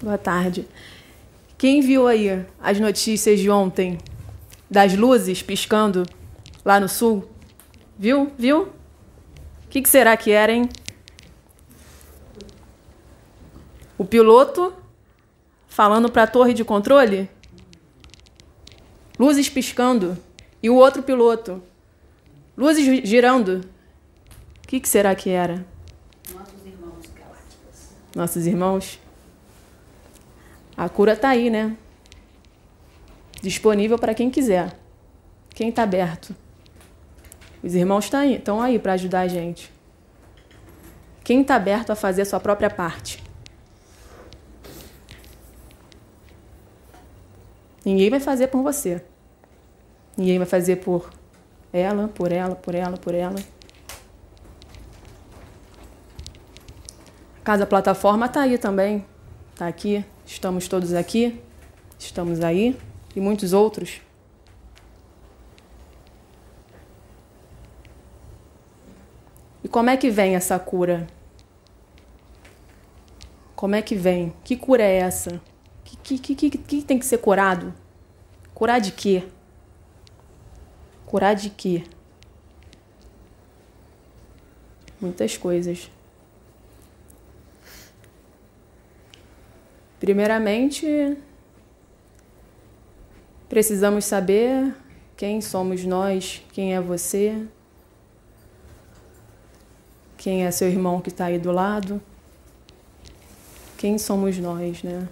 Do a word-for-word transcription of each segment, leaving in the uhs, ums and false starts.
Boa tarde. Quem viu aí as notícias de ontem das luzes piscando lá no sul? Viu? Viu? O que, que será que era, hein? O piloto falando para a torre de controle? Luzes piscando. E o outro piloto? Luzes girando. O que, que será que era? Nossos irmãos galácticos. Nossos irmãos? A cura está aí, né? Disponível para quem quiser. Quem está aberto? Os irmãos estão aí, estão aí para ajudar a gente. Quem está aberto a fazer a sua própria parte? Ninguém vai fazer por você. Ninguém vai fazer por ela, por ela, por ela, por ela. A Casa Plataforma está aí também. Está aqui. Estamos todos aqui. Estamos aí. E muitos outros. E como é que vem essa cura? Como é que vem? Que cura é essa? Que, que, que, que tem que ser curado? Curar de quê? Curar de quê? Muitas coisas. Primeiramente, precisamos saber quem somos nós, quem é você, quem é seu irmão que está aí do lado. Quem somos nós, né?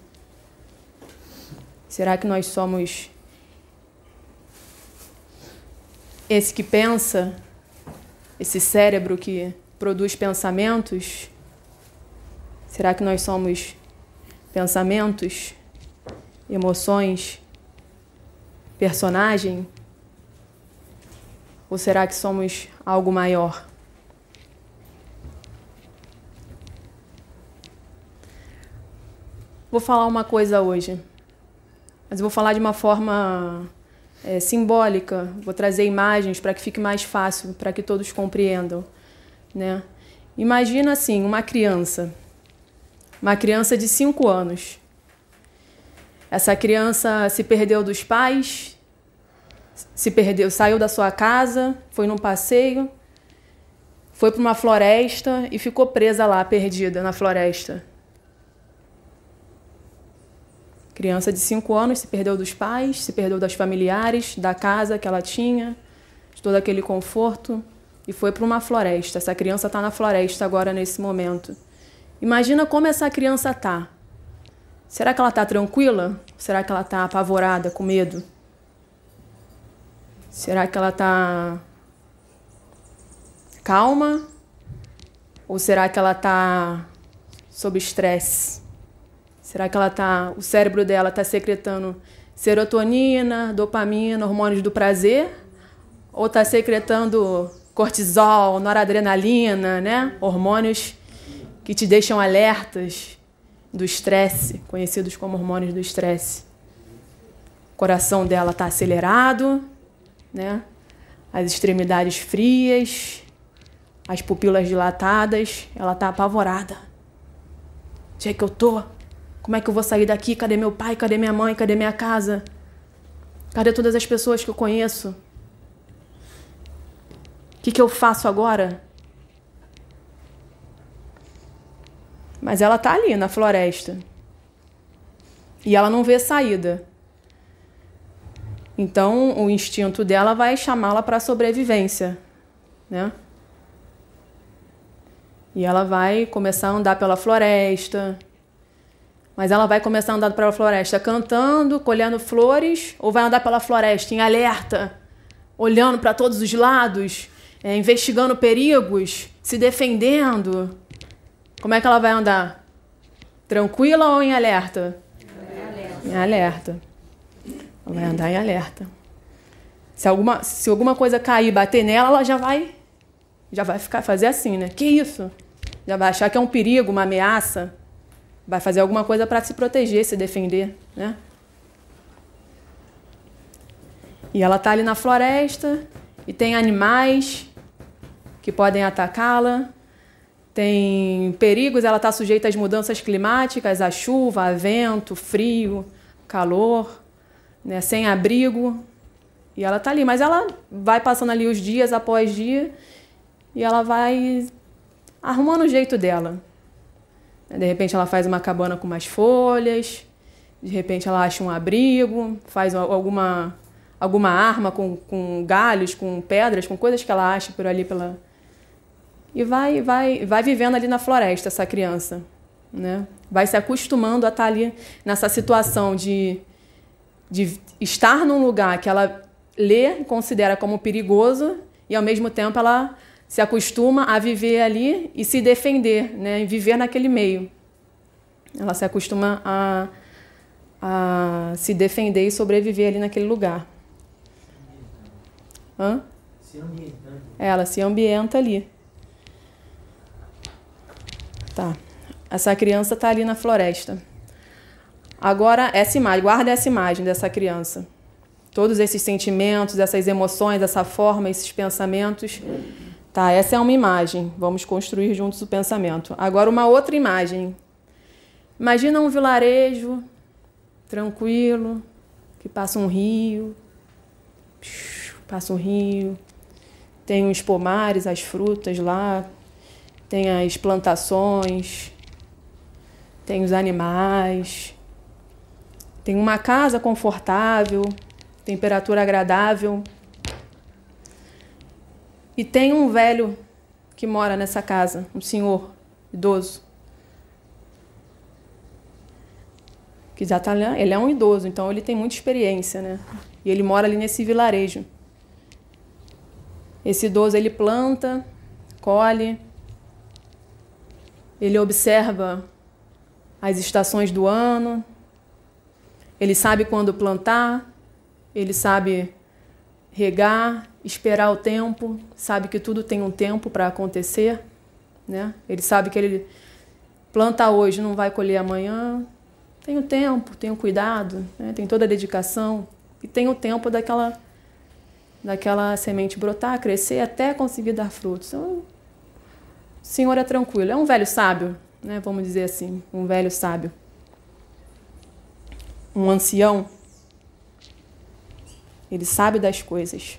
Será que nós somos esse que pensa, esse cérebro que produz pensamentos? Será que nós somos pensamentos, emoções, personagem? Ou será que somos algo maior? Vou falar uma coisa hoje, mas eu vou falar de uma forma é, simbólica. Vou trazer imagens para que fique mais fácil, para que todos compreendam, né? Imagina assim, uma criança, uma criança de cinco anos. Essa criança se perdeu dos pais, se perdeu, saiu da sua casa, foi num passeio, foi para uma floresta e ficou presa lá, perdida na floresta. Criança de cinco anos se perdeu dos pais, se perdeu das familiares, da casa que ela tinha, de todo aquele conforto, e foi para uma floresta. Essa criança está na floresta agora, nesse momento. Imagina como essa criança está. Será que ela está tranquila? Será que ela está apavorada, com medo? Será que ela está calma? Ou será que ela está sob estresse? Será que ela tá, o cérebro dela está secretando serotonina, dopamina, hormônios do prazer? Ou está secretando cortisol, noradrenalina, né? Hormônios que te deixam alertas do estresse, conhecidos como hormônios do estresse. O coração dela está acelerado, né? As extremidades frias, as pupilas dilatadas, ela está apavorada. Onde é que eu tô? Como é que eu vou sair daqui? Cadê meu pai? Cadê minha mãe? Cadê minha casa? Cadê todas as pessoas que eu conheço? O que, que eu faço agora? Mas ela está ali, na floresta. E ela não vê saída. Então, o instinto dela vai chamá-la para a sobrevivência, né? E ela vai começar a andar pela floresta. Mas ela vai começar a andar pela floresta cantando, colhendo flores, ou vai andar pela floresta em alerta, olhando para todos os lados, é, investigando perigos, se defendendo? Como é que ela vai andar? Tranquila ou em alerta? Em alerta. Em alerta. Ela vai andar em alerta. Se alguma, se alguma coisa cair e bater nela, ela já vai, já vai ficar, fazer assim, né? Que isso? Já vai achar que é um perigo, uma ameaça. Vai fazer alguma coisa para se proteger, se defender, né? E ela está ali na floresta e tem animais que podem atacá-la. tem perigos, ela está sujeita às mudanças climáticas, à chuva, a vento, frio, calor, né, sem abrigo. E ela está ali, mas ela vai passando ali os dias após dia e ela vai arrumando o jeito dela. De repente ela faz uma cabana com mais folhas, de repente ela acha um abrigo, faz alguma, alguma arma com, com galhos, com pedras, com coisas que ela acha por ali pela... E vai, vai, vai vivendo ali na floresta, essa criança, né? Vai se acostumando a estar ali nessa situação de, de estar num lugar que ela lê e considera como perigoso e, ao mesmo tempo, ela se acostuma a viver ali e se defender, né? E viver naquele meio. Ela se acostuma a, a se defender e sobreviver ali naquele lugar. Hã? Se ambientando. Ela se ambienta ali. Tá. Essa criança está ali na floresta. Agora, essa imagem, guarda essa imagem dessa criança. Todos esses sentimentos, essas emoções, essa forma, esses pensamentos. Tá, essa é uma imagem. Vamos construir juntos o pensamento. Agora, uma outra imagem. Imagina um vilarejo tranquilo, que passa um rio. Passa um rio. Tem os pomares, as frutas lá. Tem as plantações, tem os animais, tem uma casa confortável, temperatura agradável. E tem um velho que mora nessa casa, um senhor idoso. Que já tá, ele é um idoso, então ele tem muita experiência, né? E ele mora ali nesse vilarejo. Esse idoso, ele planta, colhe. Ele observa as estações do ano, ele sabe quando plantar, ele sabe regar, esperar o tempo, sabe que tudo tem um tempo para acontecer, né? Ele sabe que ele planta hoje, não vai colher amanhã, tem o tempo, tem o cuidado, né? Tem toda a dedicação e tem o tempo daquela, daquela semente brotar, crescer até conseguir dar frutos. Então, o senhor é tranquilo, é um velho sábio, né? Vamos dizer assim, um velho sábio. Um ancião. Ele sabe das coisas.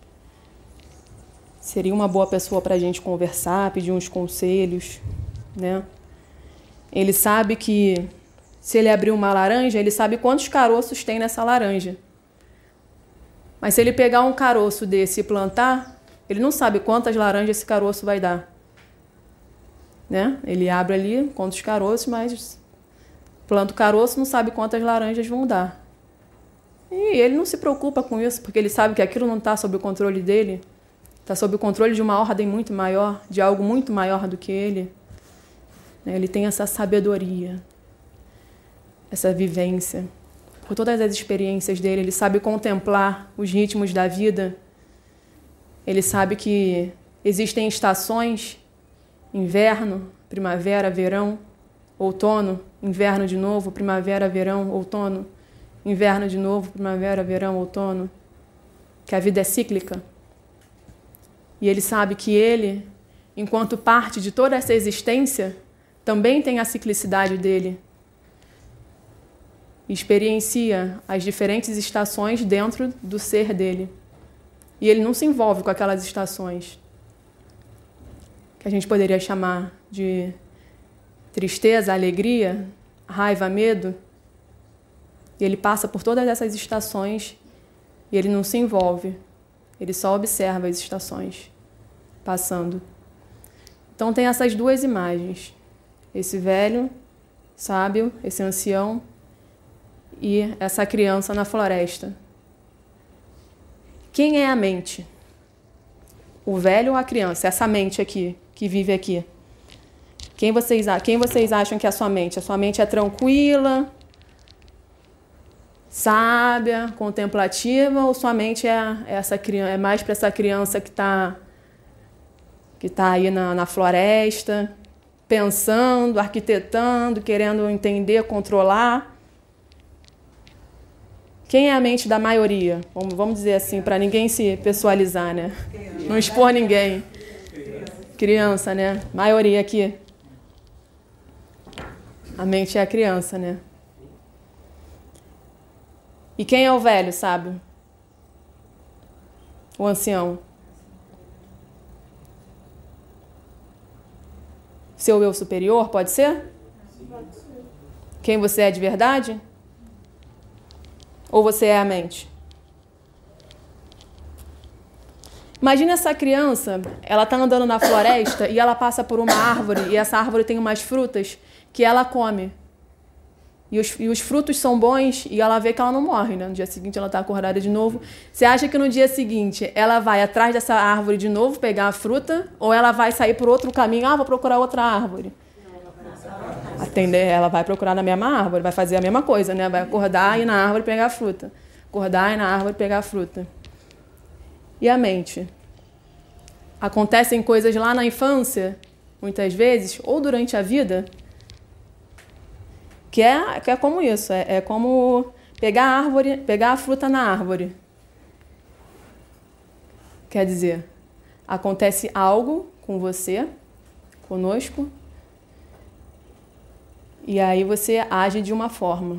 Seria uma boa pessoa para a gente conversar, pedir uns conselhos, né? Ele sabe que se ele abrir uma laranja, ele sabe quantos caroços tem nessa laranja. Mas se ele pegar um caroço desse e plantar, ele não sabe quantas laranjas esse caroço vai dar. Né? Ele abre ali, conta os caroços, mas planta o caroço, não sabe quantas laranjas vão dar. E ele não se preocupa com isso, porque ele sabe que aquilo não está sob o controle dele, está sob o controle de uma ordem muito maior, de algo muito maior do que ele. Ele tem essa sabedoria, essa vivência. Por todas as experiências dele, ele sabe contemplar os ritmos da vida. Ele sabe que existem estações: inverno, primavera, verão, outono, inverno de novo, primavera, verão, outono, inverno de novo, primavera, verão, outono, que a vida é cíclica. E ele sabe que ele, enquanto parte de toda essa existência, também tem a ciclicidade dele. Experiencia as diferentes estações dentro do ser dele. E ele não se envolve com aquelas estações que a gente poderia chamar de tristeza, alegria, raiva, medo. E ele passa por todas essas estações e ele não se envolve. Ele só observa as estações passando. Então tem essas duas imagens. Esse velho, sábio, esse ancião e essa criança na floresta. Quem é a mente? O velho ou a criança? Essa mente aqui, que vive aqui. Quem vocês, quem vocês acham que é a sua mente? A sua mente é tranquila, sábia, contemplativa, ou sua mente é, essa, é mais para essa criança que está que tá aí na, na floresta, pensando, arquitetando, querendo entender, controlar? Quem é a mente da maioria? Vamos, vamos dizer assim, para ninguém se pessoalizar, né? Não expor ninguém. Criança, né? Maioria aqui. A mente é a criança, né? E quem é o velho, sabe? O ancião. Seu eu superior, pode ser? Pode ser. Quem você é de verdade? Ou você é a mente? Imagina essa criança, ela está andando na floresta e ela passa por uma árvore e essa árvore tem umas frutas que ela come. E os, e os frutos são bons e ela vê que ela não morre, né? No dia seguinte ela está acordada de novo. Você acha que no dia seguinte ela vai atrás dessa árvore de novo pegar a fruta ou ela vai sair por outro caminho? Ah, vou procurar outra árvore. Atender, ela vai procurar na mesma árvore, vai fazer a mesma coisa, né? Vai acordar e ir na árvore pegar a fruta. Acordar e ir na árvore pegar a fruta. E a mente? Acontecem coisas lá na infância, muitas vezes, ou durante a vida, que é, que é como isso, é, é como pegar a árvore, pegar a fruta na árvore. Quer dizer, acontece algo com você, conosco, e aí você age de uma forma.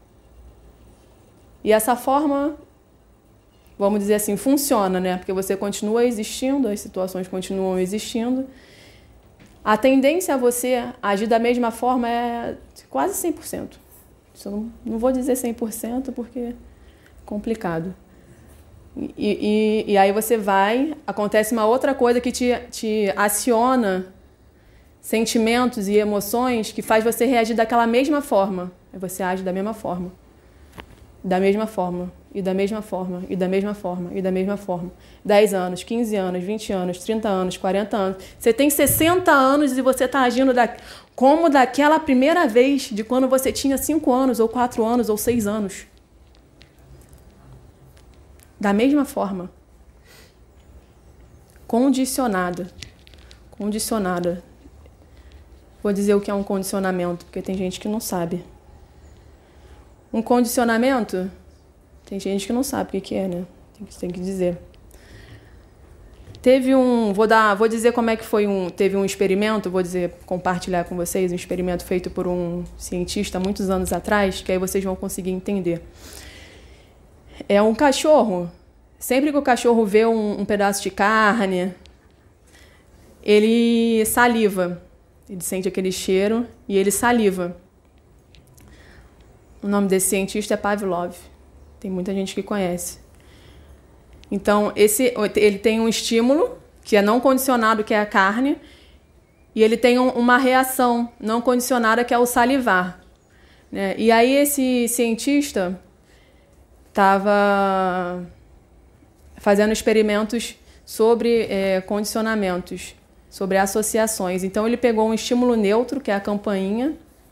E essa forma, vamos dizer assim, funciona, né? Porque você continua existindo, as situações continuam existindo. A tendência a você agir da mesma forma é quase cem por cento. Eu não, não vou dizer cem por cento porque é complicado. E, e, e aí você vai, acontece uma outra coisa que te, te aciona sentimentos e emoções que faz você reagir daquela mesma forma. Aí você age da mesma forma. Da mesma forma, e da mesma forma, e da mesma forma, e da mesma forma. dez anos, quinze anos, vinte anos, trinta anos, quarenta anos. Você tem sessenta anos e você está agindo da, como daquela primeira vez de quando você tinha cinco anos, ou quatro anos, ou seis anos. Da mesma forma. Condicionada. Condicionada. Vou dizer o que é um condicionamento, porque tem gente que não sabe. Um condicionamento, tem gente que não sabe o que é, né? Tem que, tem que dizer. Teve um, vou dar, vou dizer como é que foi um, teve um experimento, vou dizer, compartilhar com vocês, um experimento feito por um cientista muitos anos atrás, que aí vocês vão conseguir entender. É um cachorro, sempre que o cachorro vê um, um pedaço de carne, ele saliva, ele sente aquele cheiro e ele saliva. O nome desse cientista é Pavlov. Tem muita gente que conhece. Então, esse, ele tem um estímulo, que é não condicionado, que é a carne, e ele tem um, uma reação não condicionada, que é o salivar. Né? E aí esse cientista estava fazendo experimentos sobre é, condicionamentos, sobre associações. Então, ele pegou um estímulo neutro, que é a campainha,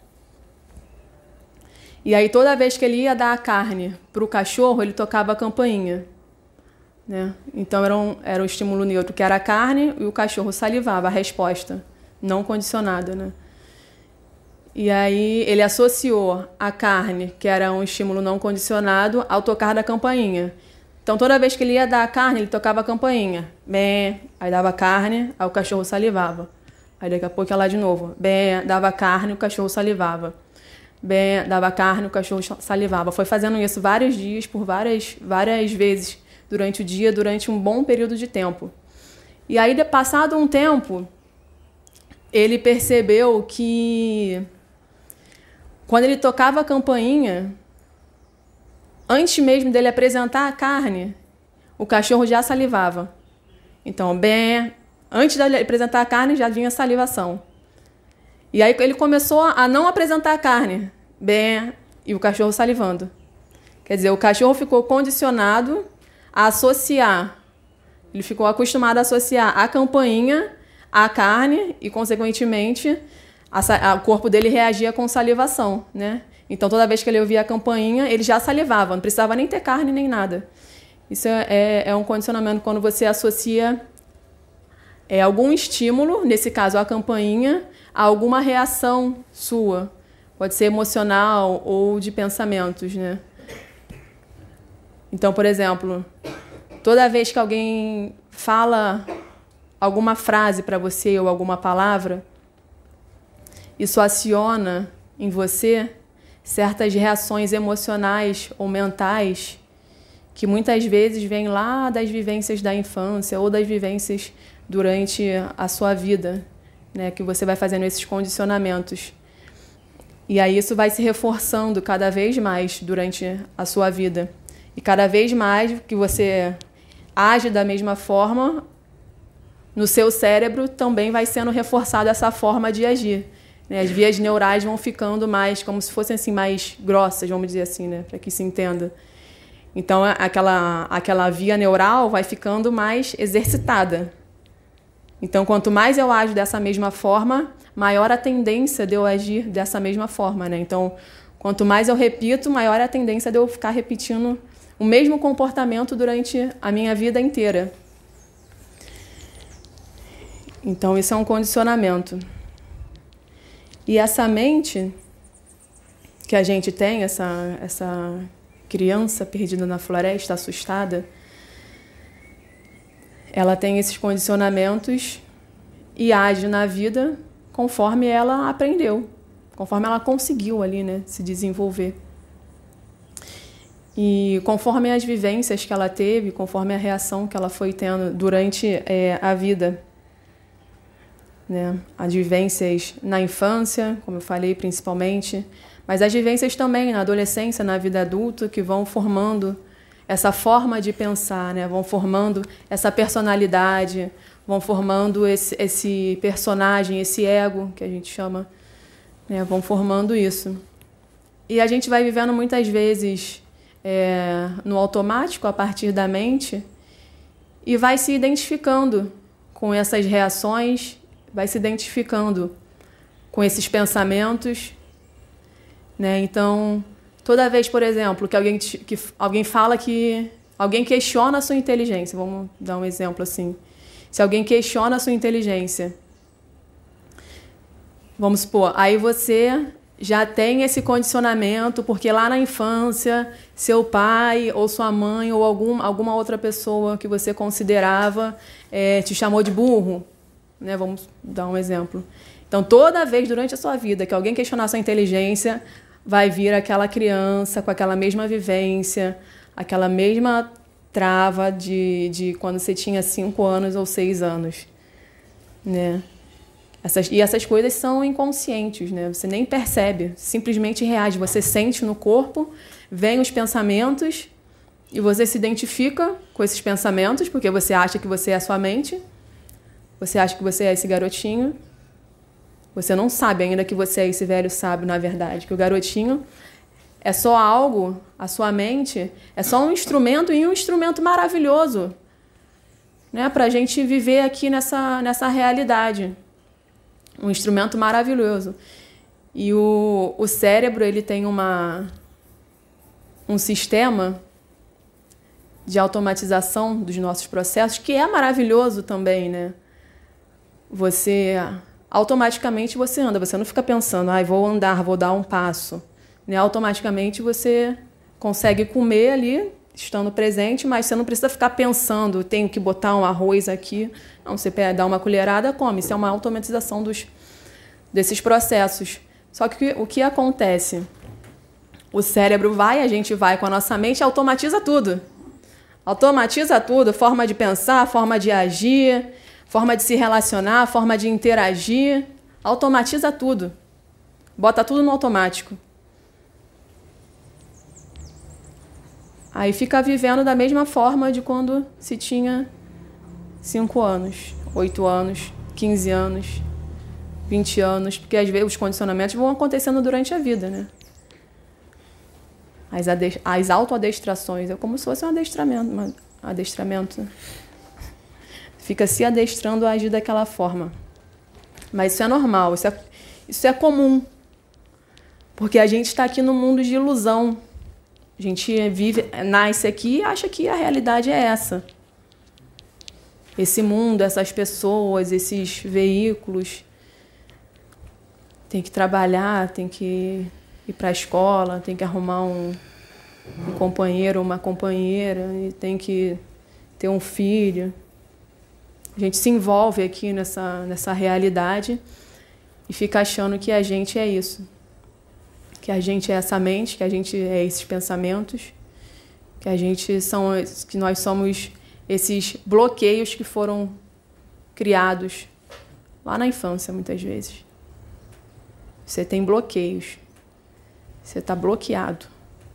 e aí, toda vez que ele ia dar a carne para o cachorro, ele tocava a campainha. Né? Então, era um, era um estímulo neutro, que era a carne, e o cachorro salivava, a resposta não condicionada. Né? E aí, ele associou a carne, que era um estímulo não condicionado, ao tocar da campainha. Então, toda vez que ele ia dar a carne, ele tocava a campainha. Bem, aí dava carne, aí o cachorro salivava. Aí, daqui a pouco, ia lá de novo. Bem, dava carne, o cachorro salivava. Bem, dava carne, o cachorro salivava. Foi fazendo isso vários dias, por várias, várias vezes, durante o dia, durante um bom período de tempo. E aí, de passado um tempo, ele percebeu que quando ele tocava a campainha, antes mesmo dele apresentar a carne, o cachorro já salivava. Então, bem, antes de apresentar a carne, já vinha salivação. E aí ele começou a não apresentar a carne, bem, e o cachorro salivando. Quer dizer, o cachorro ficou condicionado a associar, ele ficou acostumado a associar a campainha à carne e, consequentemente, a, a, o corpo dele reagia com salivação, né? Então, toda vez que ele ouvia a campainha, ele já salivava, não precisava nem ter carne nem nada. Isso é, é, é um condicionamento quando você associa é, algum estímulo, nesse caso a campainha, a alguma reação sua. Pode ser emocional ou de pensamentos, né? Então, por exemplo, toda vez que alguém fala alguma frase para você ou alguma palavra, isso aciona em você certas reações emocionais ou mentais que muitas vezes vêm lá das vivências da infância ou das vivências durante a sua vida, né, que você vai fazendo esses condicionamentos. E aí isso vai se reforçando cada vez mais durante a sua vida. E cada vez mais que você age da mesma forma, no seu cérebro também vai sendo reforçada essa forma de agir. Né? As vias neurais vão ficando mais, como se fossem assim, mais grossas, vamos dizer assim, né? Para que se entenda. Então, aquela, aquela via neural vai ficando mais exercitada. Então, quanto mais eu ajo dessa mesma forma, maior a tendência de eu agir dessa mesma forma, né? Então, quanto mais eu repito, maior a tendência de eu ficar repetindo o mesmo comportamento durante a minha vida inteira. Então, isso é um condicionamento. E essa mente que a gente tem, essa, essa criança perdida na floresta, assustada, ela tem esses condicionamentos e age na vida conforme ela aprendeu, conforme ela conseguiu ali, né, se desenvolver. E conforme as vivências que ela teve, conforme a reação que ela foi tendo durante é, a vida. Né? As vivências na infância, como eu falei, principalmente, mas as vivências também na adolescência, na vida adulta, que vão formando essa forma de pensar, né? Vão formando essa personalidade, vão formando esse, esse personagem, esse ego, que a gente chama, né? Vão formando isso. E a gente vai vivendo muitas vezes é, no automático, a partir da mente, e vai se identificando com essas reações, vai se identificando com esses pensamentos, né? Então, toda vez, por exemplo, que alguém, que alguém fala que... Alguém questiona a sua inteligência, vamos dar um exemplo assim. Se alguém questiona a sua inteligência, vamos supor, aí você já tem esse condicionamento, porque lá na infância, seu pai ou sua mãe ou algum, alguma outra pessoa que você considerava é, te chamou de burro. Né, vamos dar um exemplo. Então, toda vez durante a sua vida que alguém questionar a sua inteligência, vai vir aquela criança com aquela mesma vivência, aquela mesma trava de, de quando você tinha cinco anos ou seis anos. Né? Essas, e essas coisas são inconscientes, né? Você nem percebe, simplesmente reage. Você sente no corpo, vem os pensamentos e você se identifica com esses pensamentos, porque você acha que você é a sua mente. Você acha que você é esse garotinho. Você não sabe ainda que você é esse velho sábio, na verdade. Que o garotinho é só algo, a sua mente é só um instrumento e um instrumento maravilhoso, né, para a gente viver aqui nessa, nessa realidade. Um instrumento maravilhoso. E o, o cérebro ele tem uma, um sistema de automatização dos nossos processos que é maravilhoso também, né? Você automaticamente você anda, você não fica pensando, ah, vou andar, vou dar um passo. Né? Automaticamente você consegue comer ali, estando presente, mas você não precisa ficar pensando, tenho que botar um arroz aqui. Não, você dá uma colherada, come. Isso é uma automatização dos, desses processos. Só que o que acontece? O cérebro vai, a gente vai com a nossa mente e automatiza tudo. Automatiza tudo, forma de pensar, forma de agir, forma de se relacionar, forma de interagir, automatiza tudo. Bota tudo no automático. Aí fica vivendo da mesma forma de quando se tinha cinco anos, oito anos, quinze anos, vinte anos, porque às vezes os condicionamentos vão acontecendo durante a vida, né? As, as autoadestrações, é como se fosse um adestramento, um adestramento. Fica se adestrando a agir daquela forma. Mas isso é normal, isso é, isso é comum. Porque a gente está aqui no mundo de ilusão. A gente vive, nasce aqui e acha que a realidade é essa. Esse mundo, essas pessoas, esses veículos. Tem que trabalhar, tem que ir para a escola, tem que arrumar um, um companheiro ou uma companheira, e tem que ter um filho. A gente se envolve aqui nessa, nessa realidade e fica achando que a gente é isso. Que a gente é essa mente, que a gente é esses pensamentos, que a gente são, que nós somos esses bloqueios que foram criados lá na infância, muitas vezes. Você tem bloqueios. Você está bloqueado.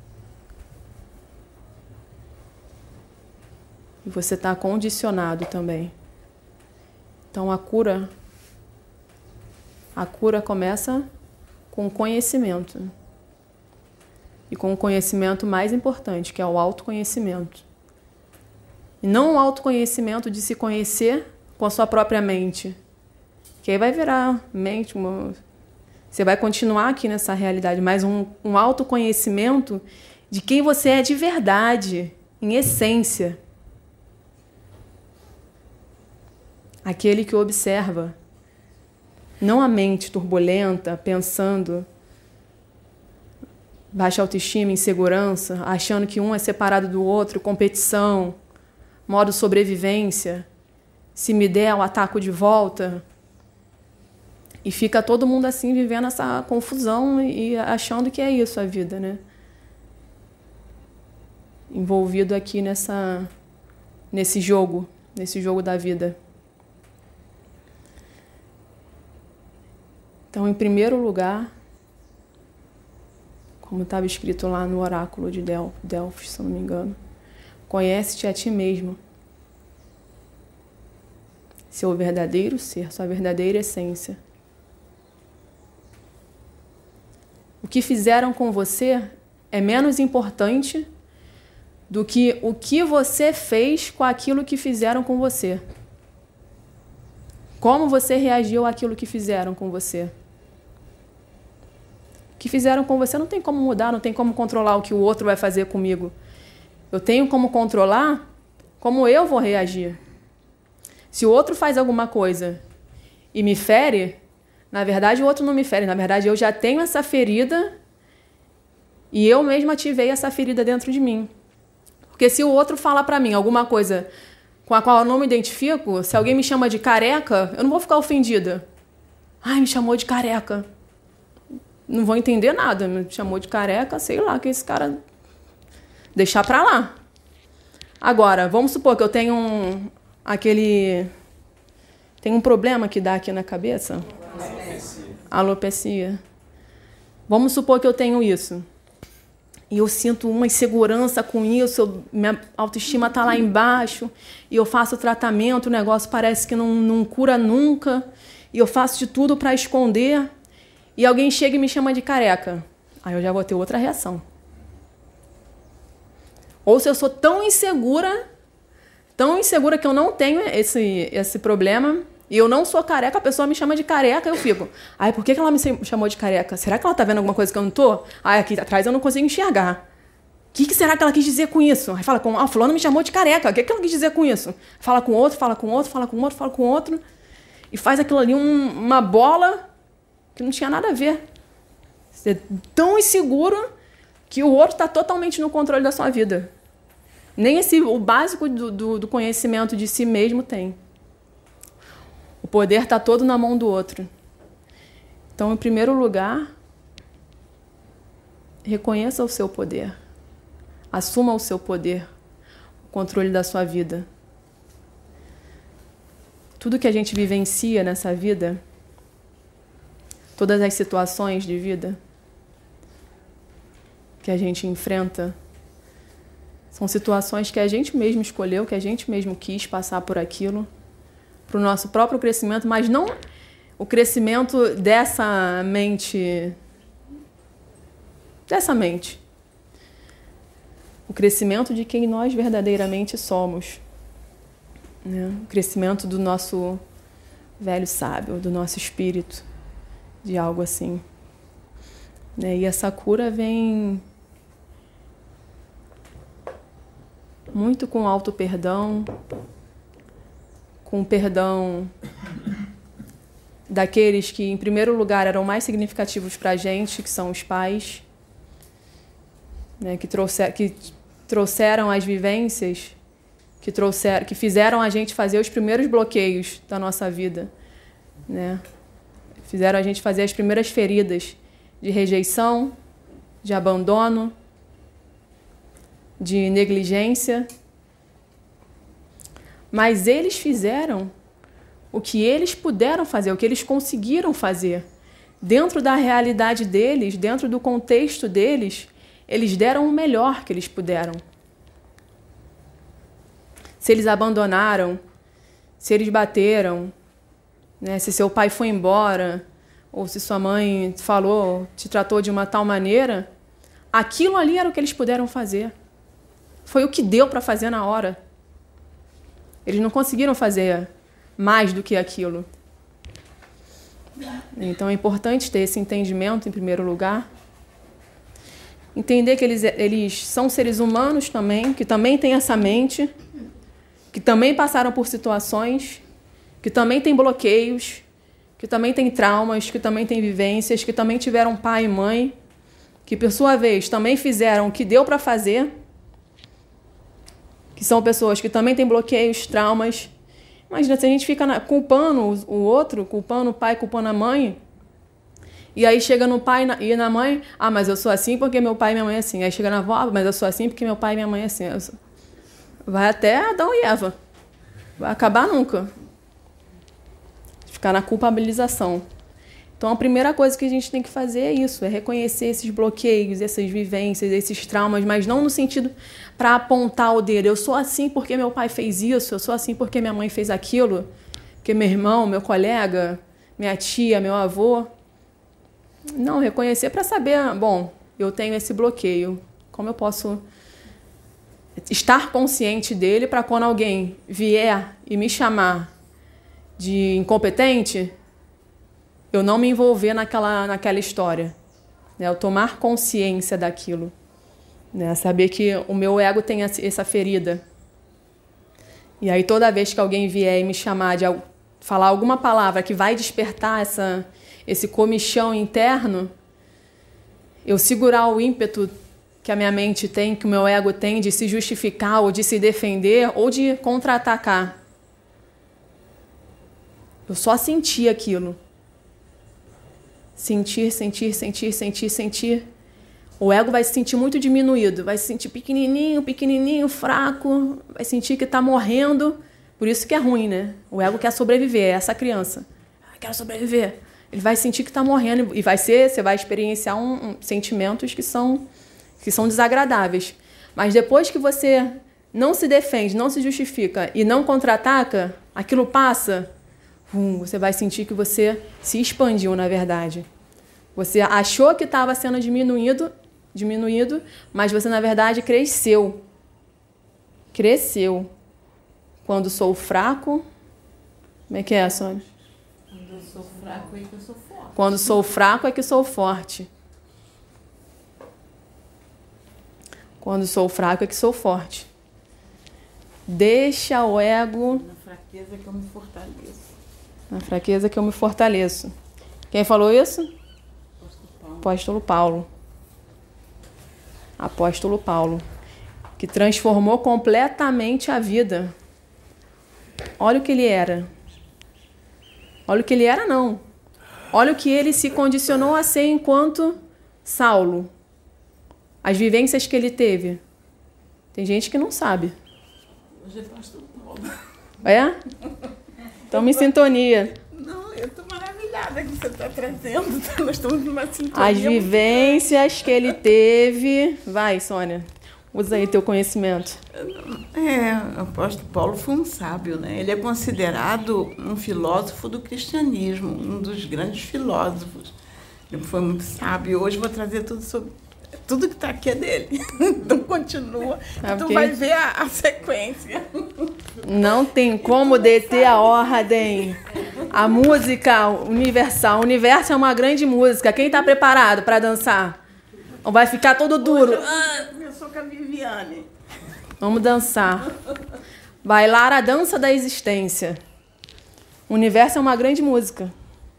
E você está condicionado também. Então a cura, a cura começa com o conhecimento. E com o conhecimento mais importante, que é o autoconhecimento. E não o autoconhecimento de se conhecer com a sua própria mente. Que aí vai virar mente, uma... você vai continuar aqui nessa realidade, mas um, um autoconhecimento de quem você é de verdade, em essência. Aquele que observa, não a mente turbulenta, pensando, baixa autoestima, insegurança, achando que um é separado do outro, competição, modo sobrevivência, se me der, eu ataco de volta. E fica todo mundo assim, vivendo essa confusão e achando que é isso a vida, né? Envolvido aqui nessa, nesse jogo, nesse jogo da vida. Então, em primeiro lugar, como estava escrito lá no oráculo de Del- Delfos, se não me engano, conhece-te a ti mesmo. Seu verdadeiro ser, sua verdadeira essência. O que fizeram com você é menos importante do que o que você fez com aquilo que fizeram com você. Como você reagiu àquilo que fizeram com você? O que fizeram com você não tem como mudar, não tem como controlar o que o outro vai fazer comigo. Eu tenho como controlar como eu vou reagir. Se o outro faz alguma coisa e me fere, na verdade o outro não me fere, na verdade eu já tenho essa ferida e eu mesma ativei essa ferida dentro de mim. Porque se o outro fala pra mim alguma coisa com a qual eu não me identifico, se alguém me chama de careca, eu não vou ficar ofendida. Ai, me chamou de careca. Não vou entender nada. Me chamou de careca, sei lá, que esse cara... Deixar pra lá. Agora, vamos supor que eu tenho um... Aquele... Tem um problema que dá aqui na cabeça. Alopecia. Alopecia. Vamos supor que eu tenho isso. E eu sinto uma insegurança com isso, eu, minha autoestima está lá embaixo, e eu faço tratamento, o negócio parece que não, não cura nunca, e eu faço de tudo para esconder, e alguém chega e me chama de careca. Aí eu já vou ter outra reação. Ou se eu sou tão insegura, tão insegura que eu não tenho esse, esse problema, e eu não sou careca, a pessoa me chama de careca, eu fico, ai, por que ela me chamou de careca? Será que ela tá vendo alguma coisa que eu não tô? Ai, aqui atrás eu não consigo enxergar. O que, que será que ela quis dizer com isso? Aí fala com, ah, fulano me chamou de careca, o que, que ela quis dizer com isso? Fala com outro, fala com outro, fala com outro, fala com outro, e faz aquilo ali um, uma bola que não tinha nada a ver. Você é tão inseguro que o outro está totalmente no controle da sua vida. Nem esse, o básico do, do, do conhecimento de si mesmo tem. O poder está todo na mão do outro. Então, em primeiro lugar, reconheça o seu poder. Assuma o seu poder, o controle da sua vida. Tudo que a gente vivencia nessa vida, todas as situações de vida que a gente enfrenta, são situações que a gente mesmo escolheu, que a gente mesmo quis passar por aquilo, para o nosso próprio crescimento, mas não o crescimento dessa mente, dessa mente. O crescimento de quem nós verdadeiramente somos. Né? O crescimento do nosso velho sábio, do nosso espírito, de algo assim. Né? E essa cura vem muito com auto-perdão, com o perdão daqueles que, em primeiro lugar, eram mais significativos para a gente, que são os pais, né, que, trouxer, que trouxeram as vivências que trouxeram, que fizeram a gente fazer os primeiros bloqueios da nossa vida, né? Fizeram a gente fazer as primeiras feridas de rejeição, de abandono, de negligência. Mas eles fizeram o que eles puderam fazer, o que eles conseguiram fazer. Dentro da realidade deles, dentro do contexto deles, eles deram o melhor que eles puderam. Se eles abandonaram, se eles bateram, né, se seu pai foi embora, ou se sua mãe falou, te tratou de uma tal maneira, aquilo ali era o que eles puderam fazer. Foi o que deu para fazer na hora. Eles não conseguiram fazer mais do que aquilo. Então é importante ter esse entendimento, em primeiro lugar. Entender que eles, eles são seres humanos também, que também têm essa mente, que também passaram por situações, que também têm bloqueios, que também têm traumas, que também têm vivências, que também tiveram pai e mãe, que, por sua vez, também fizeram o que deu para fazer, que são pessoas que também têm bloqueios, traumas. Imagina, se a gente fica na, culpando o outro, culpando o pai, culpando a mãe, e aí chega no pai e na mãe, ah, mas eu sou assim porque meu pai e minha mãe é assim. Aí chega na avó, ah, mas eu sou assim porque meu pai e minha mãe é assim. Vai até Adão e Eva. Vai acabar nunca. Ficar na culpabilização. Então, a primeira coisa que a gente tem que fazer é isso, é reconhecer esses bloqueios, essas vivências, esses traumas, mas não no sentido para apontar o dedo. Eu sou assim porque meu pai fez isso, eu sou assim porque minha mãe fez aquilo, porque meu irmão, meu colega, minha tia, meu avô. Não, reconhecer para saber, bom, eu tenho esse bloqueio, como eu posso estar consciente dele para quando alguém vier e me chamar de incompetente, eu não me envolver naquela, naquela história, né? Eu tomar consciência daquilo, né? Saber que o meu ego tem essa ferida. E aí toda vez que alguém vier e me chamar de falar alguma palavra que vai despertar essa, esse comichão interno, eu segurar o ímpeto que a minha mente tem, que o meu ego tem de se justificar ou de se defender ou de contra-atacar. Eu só senti aquilo. Sentir, sentir, sentir, sentir, sentir. O ego vai se sentir muito diminuído, vai se sentir pequenininho, pequenininho, fraco, vai sentir que está morrendo. Por isso que é ruim, né? O ego quer sobreviver, é essa criança. Ah, quero sobreviver. Ele vai sentir que está morrendo e vai ser, você vai experienciar um, um, sentimentos que são, que são desagradáveis. Mas depois que você não se defende, não se justifica e não contra-ataca, aquilo passa... Hum, você vai sentir que você se expandiu, na verdade. Você achou que estava sendo diminuído, diminuído, mas você, na verdade, cresceu. Cresceu. Quando sou fraco... Como é que é, Sônia? Quando eu sou fraco é que eu sou forte. Quando sou fraco é que sou forte. Quando sou fraco é que sou forte. Deixa o ego... Na fraqueza que eu me fortaleço. Na fraqueza que eu me fortaleço. Quem falou isso? Apóstolo Paulo. Apóstolo Paulo. Que transformou completamente a vida. Olha o que ele era. Olha o que ele era, não. Olha o que ele se condicionou a ser enquanto Saulo. As vivências que ele teve. Tem gente que não sabe. Hoje é pastor Paulo. É? Estamos em sintonia. Não, eu estou maravilhada que você está trazendo. Nós estamos numa sintonia. As vivências que ele teve... Vai, Sônia. Usa aí teu conhecimento. É, o apóstolo Paulo foi um sábio, né? Ele é considerado um filósofo do cristianismo, um dos grandes filósofos. Ele foi muito sábio. Hoje eu vou trazer tudo sobre... Tudo que está aqui é dele. Então continua. É tu vai ver a, a sequência. Não tem como deter a ordem. A música universal. O universo é uma grande música. Quem está preparado para dançar? Ou vai ficar todo duro? Ah, começou com a Viviane. Vamos dançar. Bailar a dança da existência. O universo é uma grande música.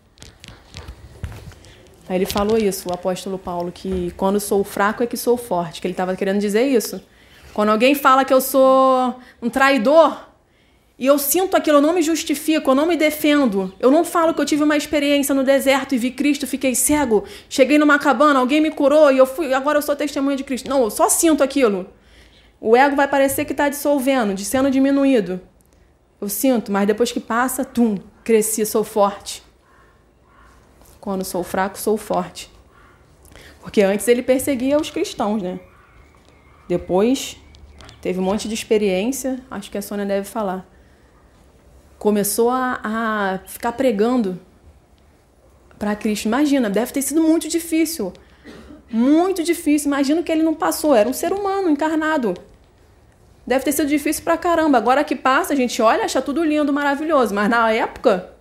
Aí ele falou isso, o apóstolo Paulo, que quando sou fraco é que sou forte, que ele estava querendo dizer isso. Quando alguém fala que eu sou um traidor, e eu sinto aquilo, eu não me justifico, eu não me defendo. Eu não falo que eu tive uma experiência no deserto e vi Cristo, fiquei cego. Cheguei numa cabana, alguém me curou e eu fui, agora eu sou testemunha de Cristo. Não, eu só sinto aquilo. O ego vai parecer que está dissolvendo, de sendo diminuído. Eu sinto, mas depois que passa, tum, cresci, sou forte. Quando sou fraco, sou forte. Porque antes ele perseguia os cristãos, né? Depois teve um monte de experiência, acho que a Sônia deve falar. Começou a, a ficar pregando para Cristo. Imagina, deve ter sido muito difícil. Muito difícil. Imagina o que ele não passou. Era um ser humano encarnado. Deve ter sido difícil pra caramba. Agora que passa, a gente olha e acha tudo lindo, maravilhoso. Mas na época,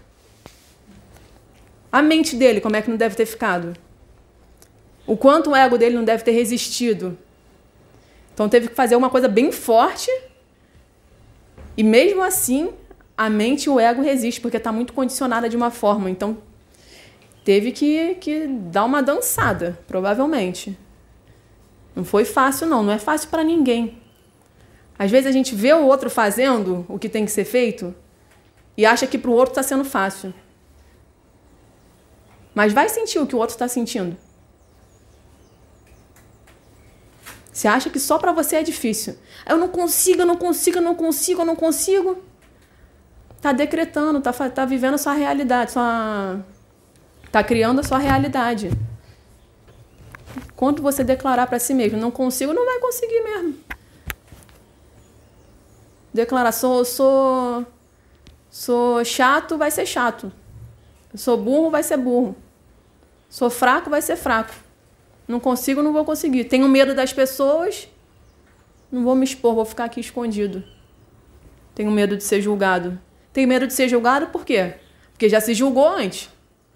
a mente dele, como é que não deve ter ficado? O quanto o ego dele não deve ter resistido. Então teve que fazer uma coisa bem forte. E mesmo assim, a mente e o ego resistem, porque está muito condicionada de uma forma. Então, teve que, que dar uma dançada, provavelmente. Não foi fácil, não. Não é fácil para ninguém. Às vezes a gente vê o outro fazendo o que tem que ser feito e acha que para o outro está sendo fácil. Mas vai sentir o que o outro está sentindo. Você acha que só para você é difícil. Eu não consigo, eu não consigo, eu não consigo, eu não consigo. Está decretando, está tá vivendo a sua realidade, sua... tá criando a sua realidade. Quando você declarar para si mesmo, não consigo, não vai conseguir mesmo. Declarar, sou, sou, sou chato, vai ser chato. Sou burro, vai ser burro. Sou fraco, vai ser fraco. Não consigo, não vou conseguir. Tenho medo das pessoas, não vou me expor, vou ficar aqui escondido. Tenho medo de ser julgado. Tenho medo de ser julgado por quê? Porque já se julgou antes.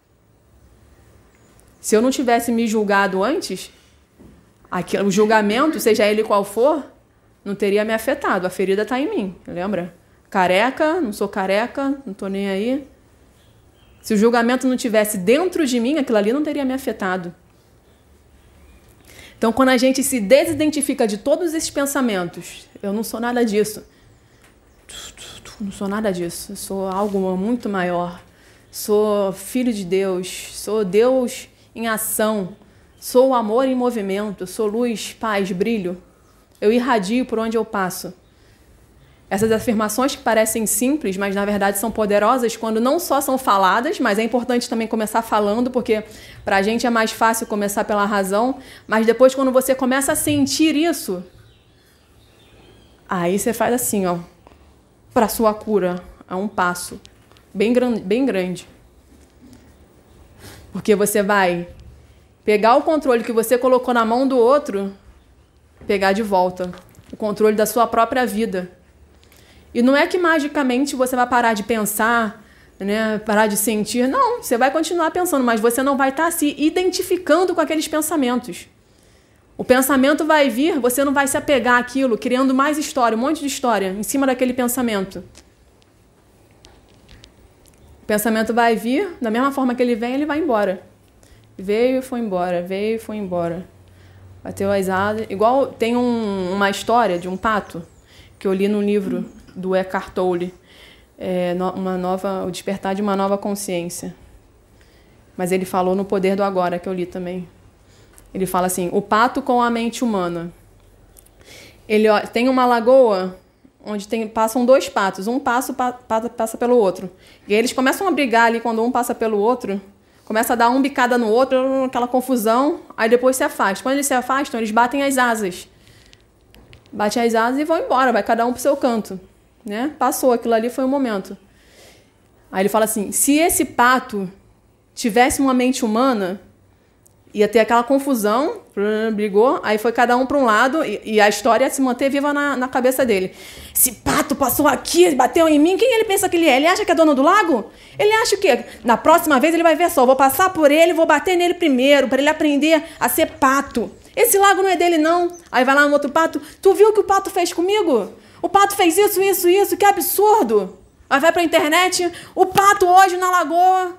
Se eu não tivesse me julgado antes, aqui, o julgamento, seja ele qual for, não teria me afetado. A ferida está em mim, lembra? Careca, não sou careca, não estou nem aí. Se o julgamento não tivesse dentro de mim, aquilo ali não teria me afetado. Então, quando a gente se desidentifica de todos esses pensamentos, eu não sou nada disso. Não sou nada disso. Eu sou algo muito maior. Sou filho de Deus. Sou Deus em ação. Sou o amor em movimento. Sou luz, paz, brilho. Eu irradio por onde eu passo. Essas afirmações que parecem simples, mas na verdade são poderosas quando não só são faladas, mas é importante também começar falando, porque para a gente é mais fácil começar pela razão, mas depois quando você começa a sentir isso, aí você faz assim, ó, para a sua cura, a um passo bem grande, bem grande. Porque você vai pegar o controle que você colocou na mão do outro, pegar de volta o controle da sua própria vida. E não é que magicamente você vai parar de pensar, né, parar de sentir. Não, você vai continuar pensando, mas você não vai estar se identificando com aqueles pensamentos. O pensamento vai vir, você não vai se apegar àquilo, criando mais história, um monte de história em cima daquele pensamento. O pensamento vai vir, da mesma forma que ele vem, ele vai embora. Veio e foi embora, veio e foi embora. Bateu as asas. Igual tem um, uma história de um pato que eu li no livro do Eckhart Tolle, é, uma nova, o despertar de uma nova consciência. Mas ele falou no Poder do Agora, que eu li também. Ele fala assim, o pato com a mente humana. Ele ó, tem uma lagoa onde tem, passam dois patos, um passo pa, pa, passa pelo outro. E eles começam a brigar ali quando um passa pelo outro, começa a dar um bicada no outro, aquela confusão, aí depois se afasta. Quando eles se afastam, eles batem as asas. Batem as asas e vão embora, vai cada um pro seu canto. Né? Passou, aquilo ali foi um momento. Aí ele fala assim, se esse pato tivesse uma mente humana, ia ter aquela confusão, brigou, aí foi cada um para um lado e, e a história ia se manter viva na, na cabeça dele. Esse pato passou aqui, bateu em mim, quem ele pensa que ele é? Ele acha que é dono do lago? Ele acha que na próxima vez ele vai ver só, vou passar por ele, vou bater nele primeiro, para ele aprender a ser pato. Esse lago não é dele, não. Aí vai lá no outro pato, tu viu o que o pato fez comigo? O pato fez isso, isso, isso, que absurdo. Aí vai para a internet, o pato hoje na lagoa.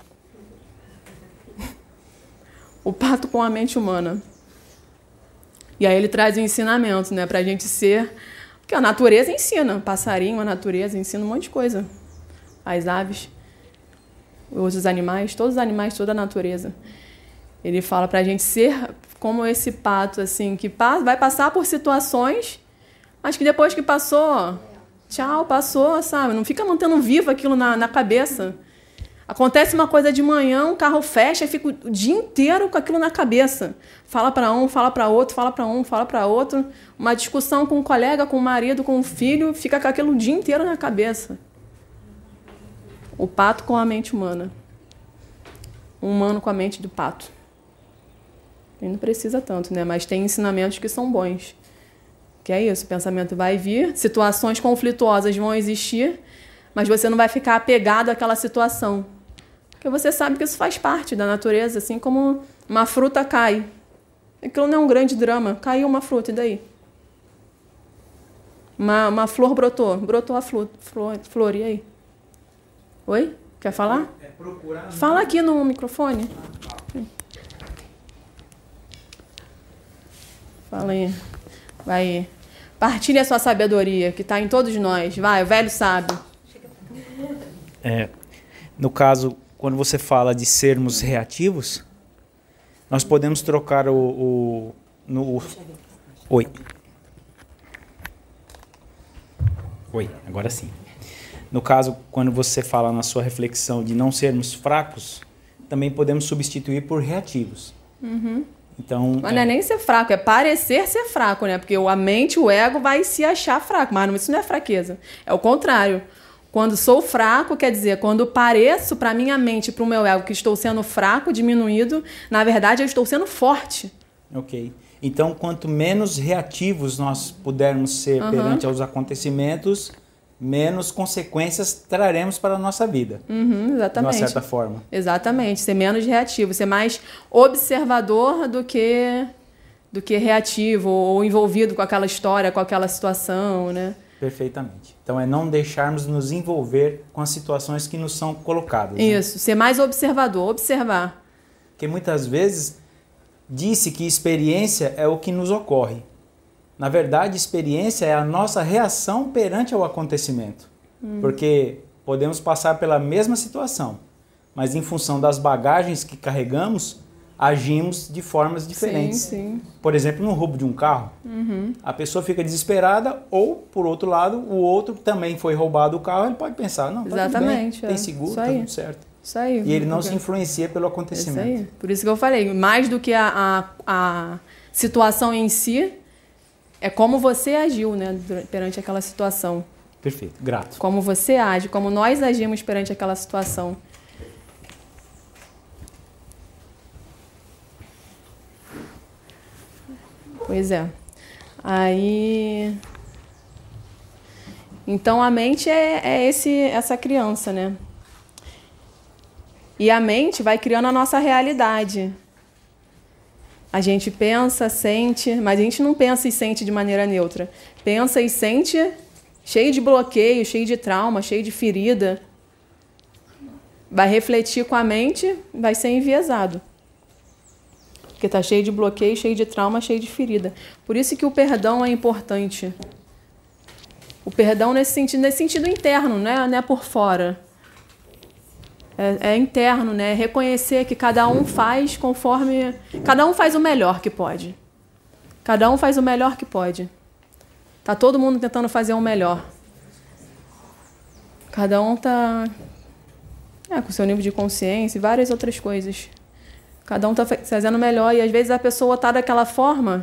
O pato com a mente humana. E aí ele traz o ensinamento, né, pra gente ser... Porque a natureza ensina, passarinho, a natureza ensina um monte de coisa. As aves, os animais, todos os animais, toda a natureza. Ele fala pra gente ser como esse pato, assim, que vai passar por situações, mas que depois que passou, tchau, passou, sabe? Não fica mantendo vivo aquilo na, na cabeça. Acontece uma coisa de manhã, um carro fecha e fica o dia inteiro com aquilo na cabeça. Fala para um, fala para outro, fala para um, fala para outro. Uma discussão com um colega, com o marido, com o filho, fica com aquilo o dia inteiro na cabeça. O pato com a mente humana. O humano com a mente do pato. Ele não precisa tanto, né? Mas tem ensinamentos que são bons. Que é isso, o pensamento vai vir, situações conflituosas vão existir, mas você não vai ficar apegado àquela situação. Porque você sabe que isso faz parte da natureza, assim como uma fruta cai. Aquilo não é um grande drama. Caiu uma fruta, e daí? Uma, uma flor brotou. Brotou a flor, flor, flor, e aí? Oi? Quer falar? É procurar... Fala aqui no microfone. Fala aí. Vai. Partilhe a sua sabedoria, que está em todos nós. Vai, o velho sábio. É, no caso, quando você fala de sermos reativos, nós podemos trocar o... o no, oi. Oi, agora sim. No caso, quando você fala na sua reflexão de não sermos fracos, também podemos substituir por reativos. Uhum. Então, mas não é nem ser fraco, é parecer ser fraco, né? Porque a mente, o ego vai se achar fraco, mas isso não é fraqueza. É o contrário. Quando sou fraco, quer dizer, quando pareço para minha mente, para o meu ego, que estou sendo fraco, diminuído, na verdade eu estou sendo forte. Ok. Então, quanto menos reativos nós pudermos ser uhum. perante aos acontecimentos, menos consequências traremos para a nossa vida. Uhum, exatamente. De uma certa forma. Exatamente. Ser menos reativo, ser mais observador do que, do que reativo ou envolvido com aquela história, com aquela situação, né? Perfeitamente. Então, é não deixarmos nos envolver com as situações que nos são colocadas. Isso. Né? Ser mais observador, observar. Porque muitas vezes disse que experiência é o que nos ocorre. Na verdade, experiência é a nossa reação perante ao acontecimento. Hum. Porque podemos passar pela mesma situação, mas em função das bagagens que carregamos, agimos de formas diferentes. Sim, sim. Por exemplo, no roubo de um carro, uhum. a pessoa fica desesperada ou, por outro lado, o outro também foi roubado o carro, ele pode pensar, não, tá exatamente, tudo bem, é. tem seguro, Isso tá aí. tudo certo. Isso aí. E ele não okay. se influencia pelo acontecimento. Isso aí. Por isso que eu falei, mais do que a, a, a situação em si, é como você agiu, né, perante aquela situação. Perfeito, grato. Como você age, como nós agimos perante aquela situação. Pois é. Aí... Então, a mente é, é esse, essa criança, né? E a mente vai criando a nossa realidade. A gente pensa, sente, mas a gente não pensa e sente de maneira neutra. Pensa e sente cheio de bloqueio, cheio de trauma, cheio de ferida. Vai refletir com a mente, vai ser enviesado. Porque está cheio de bloqueio, cheio de trauma, cheio de ferida. Por isso que o perdão é importante. O perdão nesse sentido, nesse sentido interno, né? Não é por fora. É, é interno, né? Reconhecer que cada um faz conforme... Cada um faz o melhor que pode. Cada um faz o melhor que pode. Tá todo mundo tentando fazer o melhor. Cada um tá é, com seu nível de consciência e várias outras coisas. Cada um tá fazendo o melhor e às vezes a pessoa tá daquela forma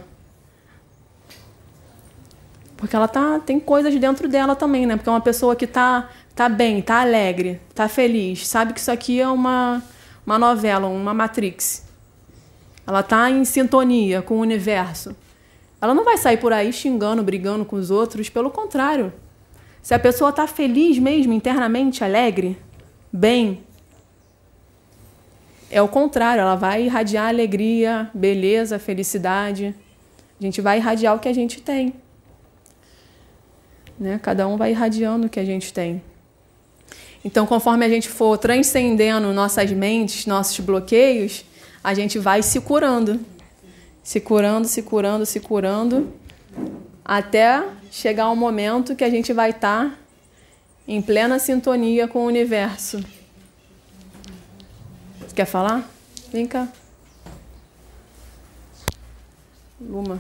porque ela tá tem coisas dentro dela também, né? Porque é uma pessoa que tá tá bem, tá alegre, tá feliz, sabe que isso aqui é uma uma novela, uma Matrix. Ela tá em sintonia com o universo. Ela não vai sair por aí xingando, brigando com os outros, pelo contrário. Se a pessoa tá feliz mesmo, internamente, alegre, bem, é o contrário, ela vai irradiar alegria, beleza, felicidade. A gente vai irradiar o que a gente tem. Né? Cada um vai irradiando o que a gente tem. Então, conforme a gente for transcendendo nossas mentes, nossos bloqueios, a gente vai se curando. se curando, se curando, se curando, até chegar um momento que a gente vai estar em plena sintonia com o universo. Você quer falar? Vem cá. Luma.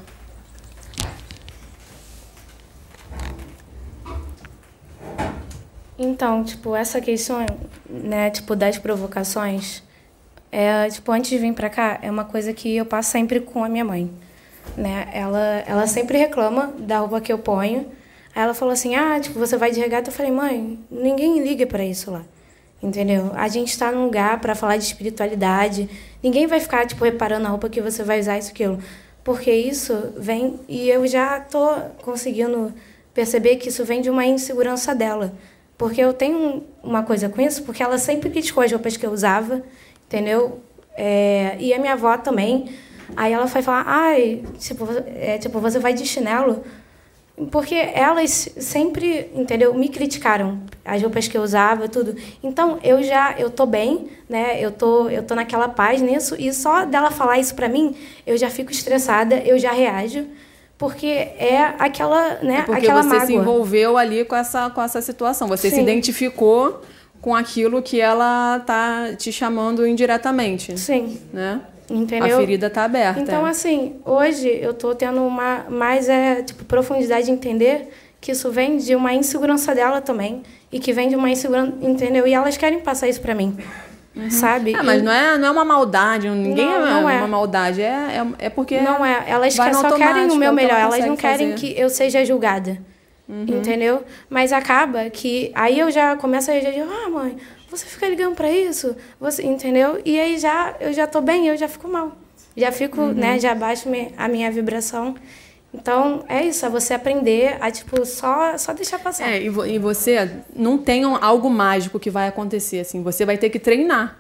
Então, tipo, essa questão, né, tipo, das provocações, é, tipo, antes de vir pra cá, é uma coisa que eu passo sempre com a minha mãe, né? Ela, ela sempre reclama da roupa que eu ponho. Aí ela falou assim, ah, tipo, você vai de regata? Eu falei, mãe, ninguém liga pra isso lá, entendeu? A gente tá num lugar pra falar de espiritualidade, ninguém vai ficar, tipo, reparando a roupa que você vai usar, isso, aquilo. Porque isso vem, e eu já tô conseguindo perceber que isso vem de uma insegurança dela. Porque eu tenho uma coisa com isso, porque ela sempre criticou as roupas que eu usava, entendeu? É, e a minha avó também. Aí ela vai falar, ai, tipo, é, tipo, você vai de chinelo? Porque elas sempre, entendeu, me criticaram, as roupas que eu usava, tudo. Então, eu já, eu tô bem, né? Eu tô, eu tô naquela paz nisso, e só dela falar isso pra mim, eu já fico estressada, eu já reajo. Porque é aquela, né, é porque aquela você mágoa. se envolveu ali com essa, com essa situação. Você Sim. se identificou com aquilo que ela tá te chamando indiretamente. Sim. Né? Entendeu? A ferida tá aberta. Então, é. assim, hoje eu tô tendo uma mais é, tipo, profundidade de entender que isso vem de uma insegurança dela também. E que vem de uma insegurança, entendeu? E elas querem passar isso pra mim. Uhum. Sabe? Ah, mas e... não é, não é uma maldade, ninguém não, é, não é é uma maldade, é, é, é porque não é, elas vai quer, no só querem o automático, meu é o que melhor, ela elas não consegue querem fazer. que eu seja julgada, Uhum. entendeu? Mas acaba que, aí eu já começo a dizer, ah, mãe, você fica ligando pra isso, você, entendeu? E aí já, eu já tô bem, eu já fico mal, já fico, Uhum. né, já baixo a minha vibração. Então, é isso, é você aprender a, tipo, só, só deixar passar. É, e, vo, e você não tem algo mágico que vai acontecer, assim, você vai ter que treinar.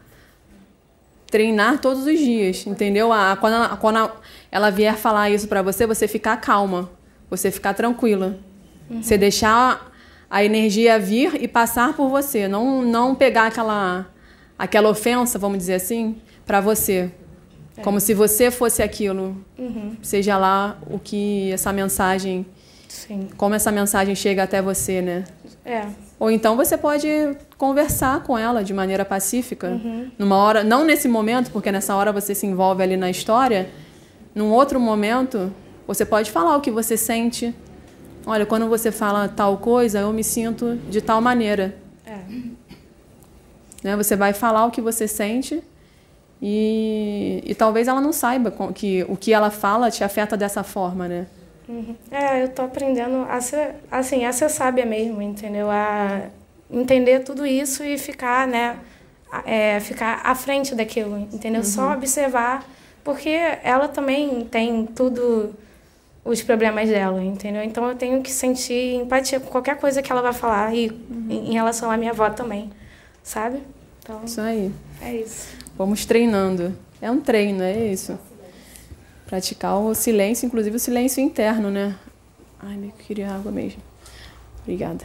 Treinar todos os dias, entendeu? A, quando ela, quando ela vier falar isso pra você, você ficar calma, você ficar tranquila. Uhum. Você deixar a energia vir e passar por você, não, não pegar aquela, aquela ofensa, vamos dizer assim, pra você. É. Como se você fosse aquilo. Uhum. Seja lá o que essa mensagem... Sim. Como essa mensagem chega até você, né? É. Ou então você pode conversar com ela de maneira pacífica. Uhum. Numa hora, não nesse momento, porque nessa hora você se envolve ali na história. Num outro momento, você pode falar o que você sente. Olha, quando você fala tal coisa, eu me sinto de tal maneira. É. Né? Você vai falar o que você sente e, e talvez ela não saiba que o que ela fala te afeta dessa forma, né? Uhum. É, eu tô aprendendo a ser, assim, a ser sábia mesmo, entendeu? A entender tudo isso e ficar, né, é, ficar à frente daquilo, entendeu? Uhum. Só observar, porque ela também tem tudo, os problemas dela, entendeu? Então eu tenho que sentir empatia com qualquer coisa que ela vai falar e uhum. em, em relação à minha avó também, sabe? Então, isso aí. É isso. Vamos treinando. É um treino, é isso. Praticar o silêncio, inclusive o silêncio interno, né? Ai, eu queria água mesmo. Obrigada.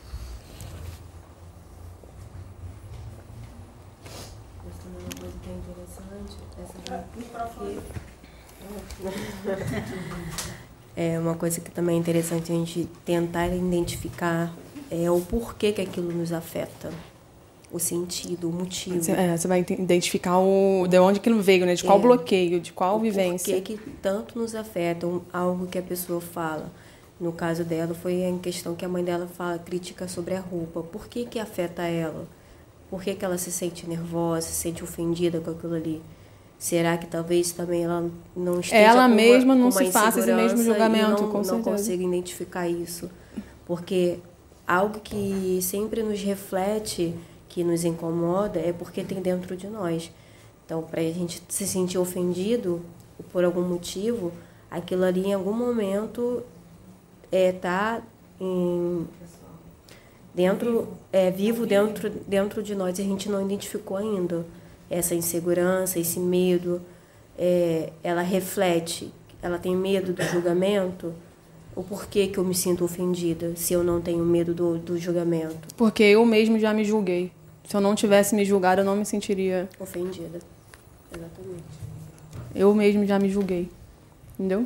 É uma coisa que também é interessante a gente tentar identificar é o porquê que aquilo nos afeta. O sentido, o motivo. Você, é, você vai identificar o, de onde aquilo veio, né? De qual é, bloqueio, de qual o vivência. Por que tanto nos afeta algo que a pessoa fala. No caso dela, foi em questão que a mãe dela fala, crítica sobre a roupa. Por que que afeta ela? Por que que ela se sente nervosa, se sente ofendida com aquilo ali? Será que talvez também ela não esteja ela com mesma uma, não com uma se faça esse mesmo julgamento, não, com certeza. Não consigo identificar isso. Porque algo que sempre nos reflete, que nos incomoda, é porque tem dentro de nós. Então, para a gente se sentir ofendido por algum motivo, aquilo ali em algum momento está é, em, dentro, é, vivo dentro, dentro de nós e a gente não identificou ainda. Essa insegurança, esse medo, é, ela reflete, ela tem medo do julgamento. O porquê que eu me sinto ofendida se eu não tenho medo do, do julgamento? Porque eu mesmo já me julguei. Se eu não tivesse me julgado, eu não me sentiria... Ofendida. Exatamente. Eu mesmo já me julguei. Entendeu?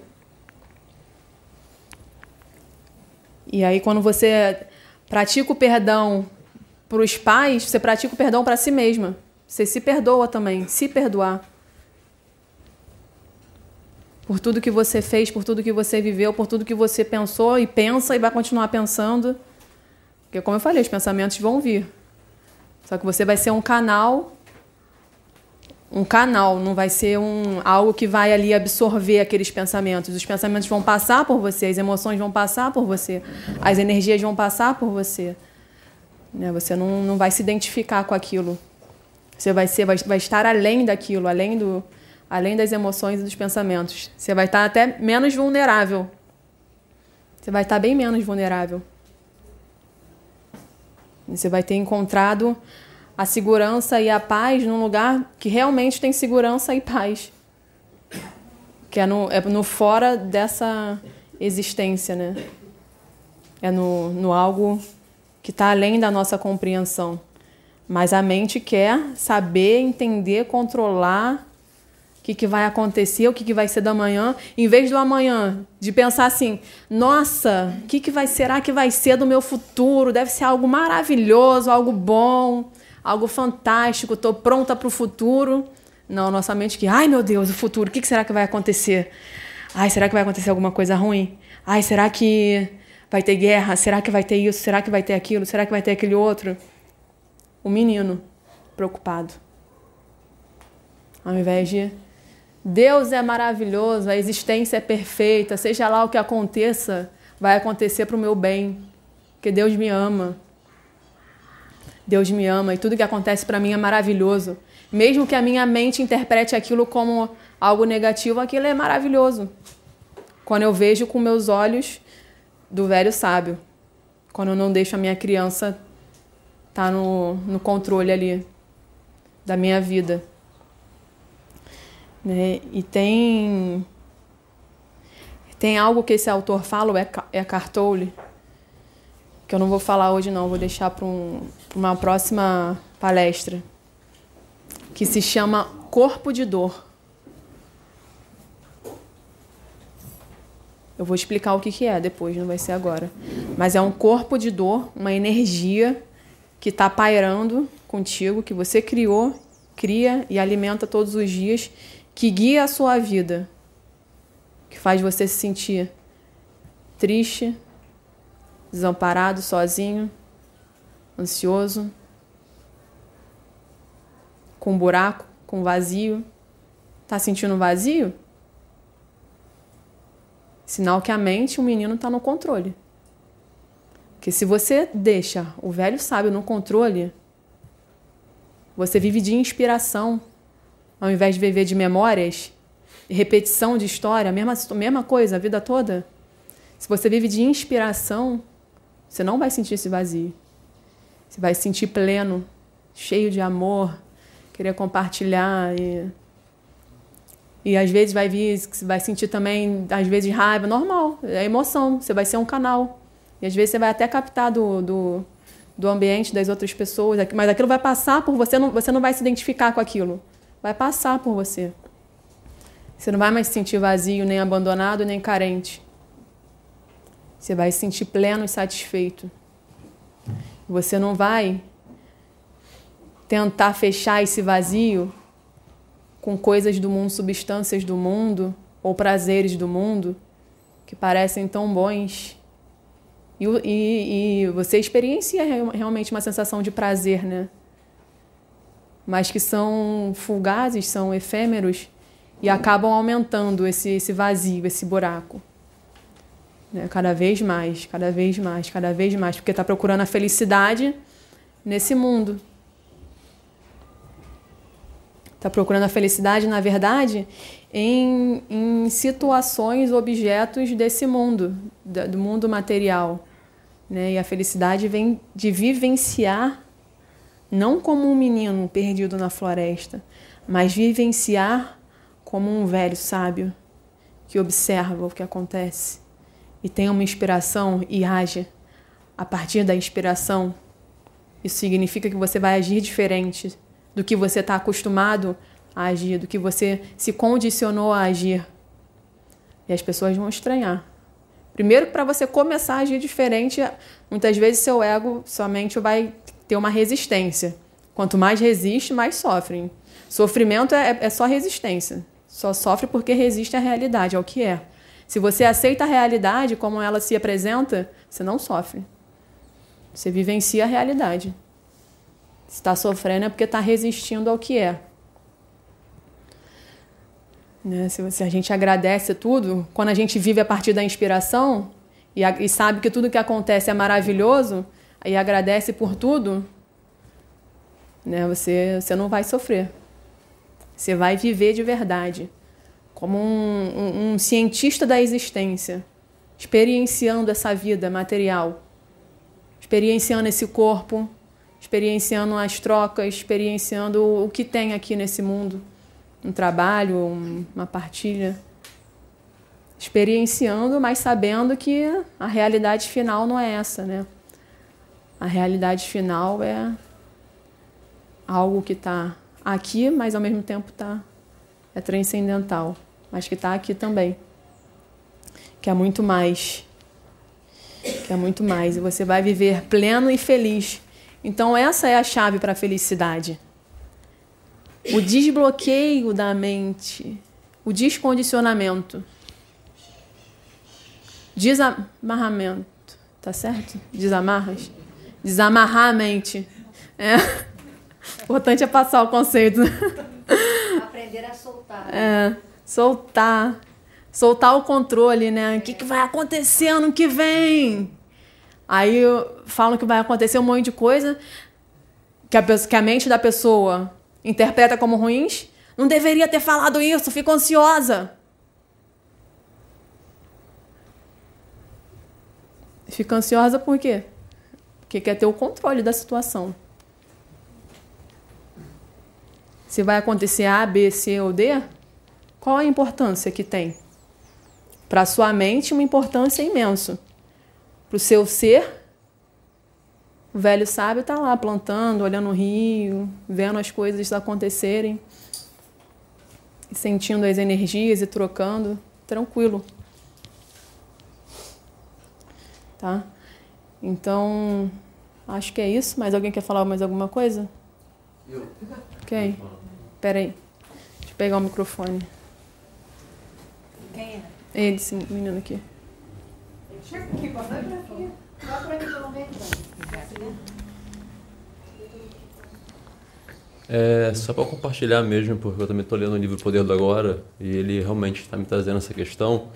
E aí, quando você pratica o perdão para os pais, você pratica o perdão para si mesma. Você se perdoa também, se perdoar. Por tudo que você fez, por tudo que você viveu, por tudo que você pensou e pensa e vai continuar pensando. Porque, como eu falei, os pensamentos vão vir. Só que você vai ser um canal, um canal, não vai ser um, algo que vai ali absorver aqueles pensamentos. Os pensamentos vão passar por você, as emoções vão passar por você, as energias vão passar por você. Né? Você não, não vai se identificar com aquilo. Você vai, ser, vai, vai estar além daquilo, além, do, além das emoções e dos pensamentos. Você vai estar até menos vulnerável. Você vai estar bem menos vulnerável. Você vai ter encontrado a segurança e a paz num lugar que realmente tem segurança e paz. Que é no, é no fora dessa existência, né? É no, no algo que está além da nossa compreensão. Mas a mente quer saber, entender, controlar o que, que vai acontecer, o que, que vai ser do amanhã. Em vez do amanhã, de pensar assim, nossa, o que, que vai, será que vai ser do meu futuro? Deve ser algo maravilhoso, algo bom, algo fantástico, estou pronta para o futuro. Não, nossa mente que, ai meu Deus, o futuro, o que, que será que vai acontecer? Ai, será que vai acontecer alguma coisa ruim? Ai, será que vai ter guerra? Será que vai ter isso? Será que vai ter aquilo? Será que vai ter aquele outro? O menino preocupado. Ao invés de Deus é maravilhoso, a existência é perfeita, seja lá o que aconteça, vai acontecer para o meu bem, porque Deus me ama. Deus me ama e tudo que acontece para mim é maravilhoso. Mesmo que a minha mente interprete aquilo como algo negativo, aquilo é maravilhoso. Quando eu vejo com meus olhos do velho sábio, quando eu não deixo a minha criança estar no, no controle ali da minha vida. Né? E tem, tem algo que esse autor fala, o Eckhart Tolle, que eu não vou falar hoje não, vou deixar para um, uma próxima palestra, que se chama Corpo de Dor. Eu vou explicar o que, que é depois, não vai ser agora. Mas é um corpo de dor, uma energia que está pairando contigo, que você criou, cria e alimenta todos os dias, que guia a sua vida, que faz você se sentir triste, desamparado, sozinho, ansioso, com um buraco, com vazio. Tá sentindo vazio? Sinal que a mente, o menino, está no controle. Porque se você deixa o velho sábio no controle, você vive de inspiração, ao invés de viver de memórias, repetição de história, a mesma, mesma coisa a vida toda. Se você vive de inspiração, você não vai sentir esse vazio. Você vai se sentir pleno, cheio de amor, querer compartilhar. E, e às vezes vai vir, vai sentir também, às vezes, raiva. Normal, é emoção, você vai ser um canal. E às vezes você vai até captar do, do, do ambiente das outras pessoas, mas aquilo vai passar por você, não, você não vai se identificar com aquilo. Vai passar por você. Você não vai mais se sentir vazio, nem abandonado, nem carente. Você vai se sentir pleno e satisfeito. Você não vai tentar fechar esse vazio com coisas do mundo, substâncias do mundo ou prazeres do mundo que parecem tão bons. E, e, e você experiencia realmente uma sensação de prazer, né? Mas que são fugazes, são efêmeros e acabam aumentando esse, esse vazio, esse buraco. Né? Cada vez mais, cada vez mais, cada vez mais, porque está procurando a felicidade nesse mundo. Está procurando a felicidade, na verdade, em, em situações, objetos desse mundo, do mundo material. Né? E a felicidade vem de vivenciar, não como um menino perdido na floresta, mas vivenciar como um velho sábio que observa o que acontece e tem uma inspiração e age a partir da inspiração. Isso significa que você vai agir diferente do que você está acostumado a agir, do que você se condicionou a agir. E as pessoas vão estranhar. Primeiro, para você começar a agir diferente, muitas vezes seu ego, sua mente vai ter uma resistência. Quanto mais resiste, mais sofre. Sofrimento é, é só resistência. Só sofre porque resiste à realidade, ao que é. Se você aceita a realidade como ela se apresenta, você não sofre. Você vivencia a realidade. Se está sofrendo é porque está resistindo ao que é. Né? Se, se a gente agradece tudo, quando a gente vive a partir da inspiração e, a, e sabe que tudo que acontece é maravilhoso, e agradece por tudo, né? você, você não vai sofrer. Você vai viver de verdade, como um, um, um cientista da existência, experienciando essa vida material, experienciando esse corpo, experienciando as trocas, experienciando o que tem aqui nesse mundo. Um trabalho, um, uma partilha. Experienciando, mas sabendo que a realidade final não é essa, né? A realidade final é algo que está aqui, mas ao mesmo tempo tá, é transcendental, mas que está aqui também. Que é muito mais. Que é muito mais. E você vai viver pleno e feliz. Então essa é a chave para a felicidade. O desbloqueio da mente, o descondicionamento, desamarramento, tá certo? Desamarras? Desamarrar a mente. É. O importante é passar o conceito. Aprender a soltar. É, soltar. Soltar o controle, né? O que, que vai acontecer ano que vem? Aí falam que vai acontecer um monte de coisa que a, que a mente da pessoa interpreta como ruins. Não deveria ter falado isso, fico ansiosa. Fica ansiosa por quê? Porque quer ter o controle da situação. Se vai acontecer A, B, C ou D, qual a importância que tem? Para a sua mente, uma importância imensa. Para o seu ser, o velho sábio está lá plantando, olhando o rio, vendo as coisas acontecerem, sentindo as energias e trocando, tranquilo. Tá? Então, acho que é isso. Mais alguém quer falar mais alguma coisa? Eu. Ok. Espera aí. Deixa eu pegar o microfone. Quem é? Ele, sim, o menino aqui. Chega aqui, vai pra aqui. Vai pra mim, pelo menos. É, só para compartilhar mesmo, porque eu também estou lendo o livro Poder do Agora e ele realmente está me trazendo essa questão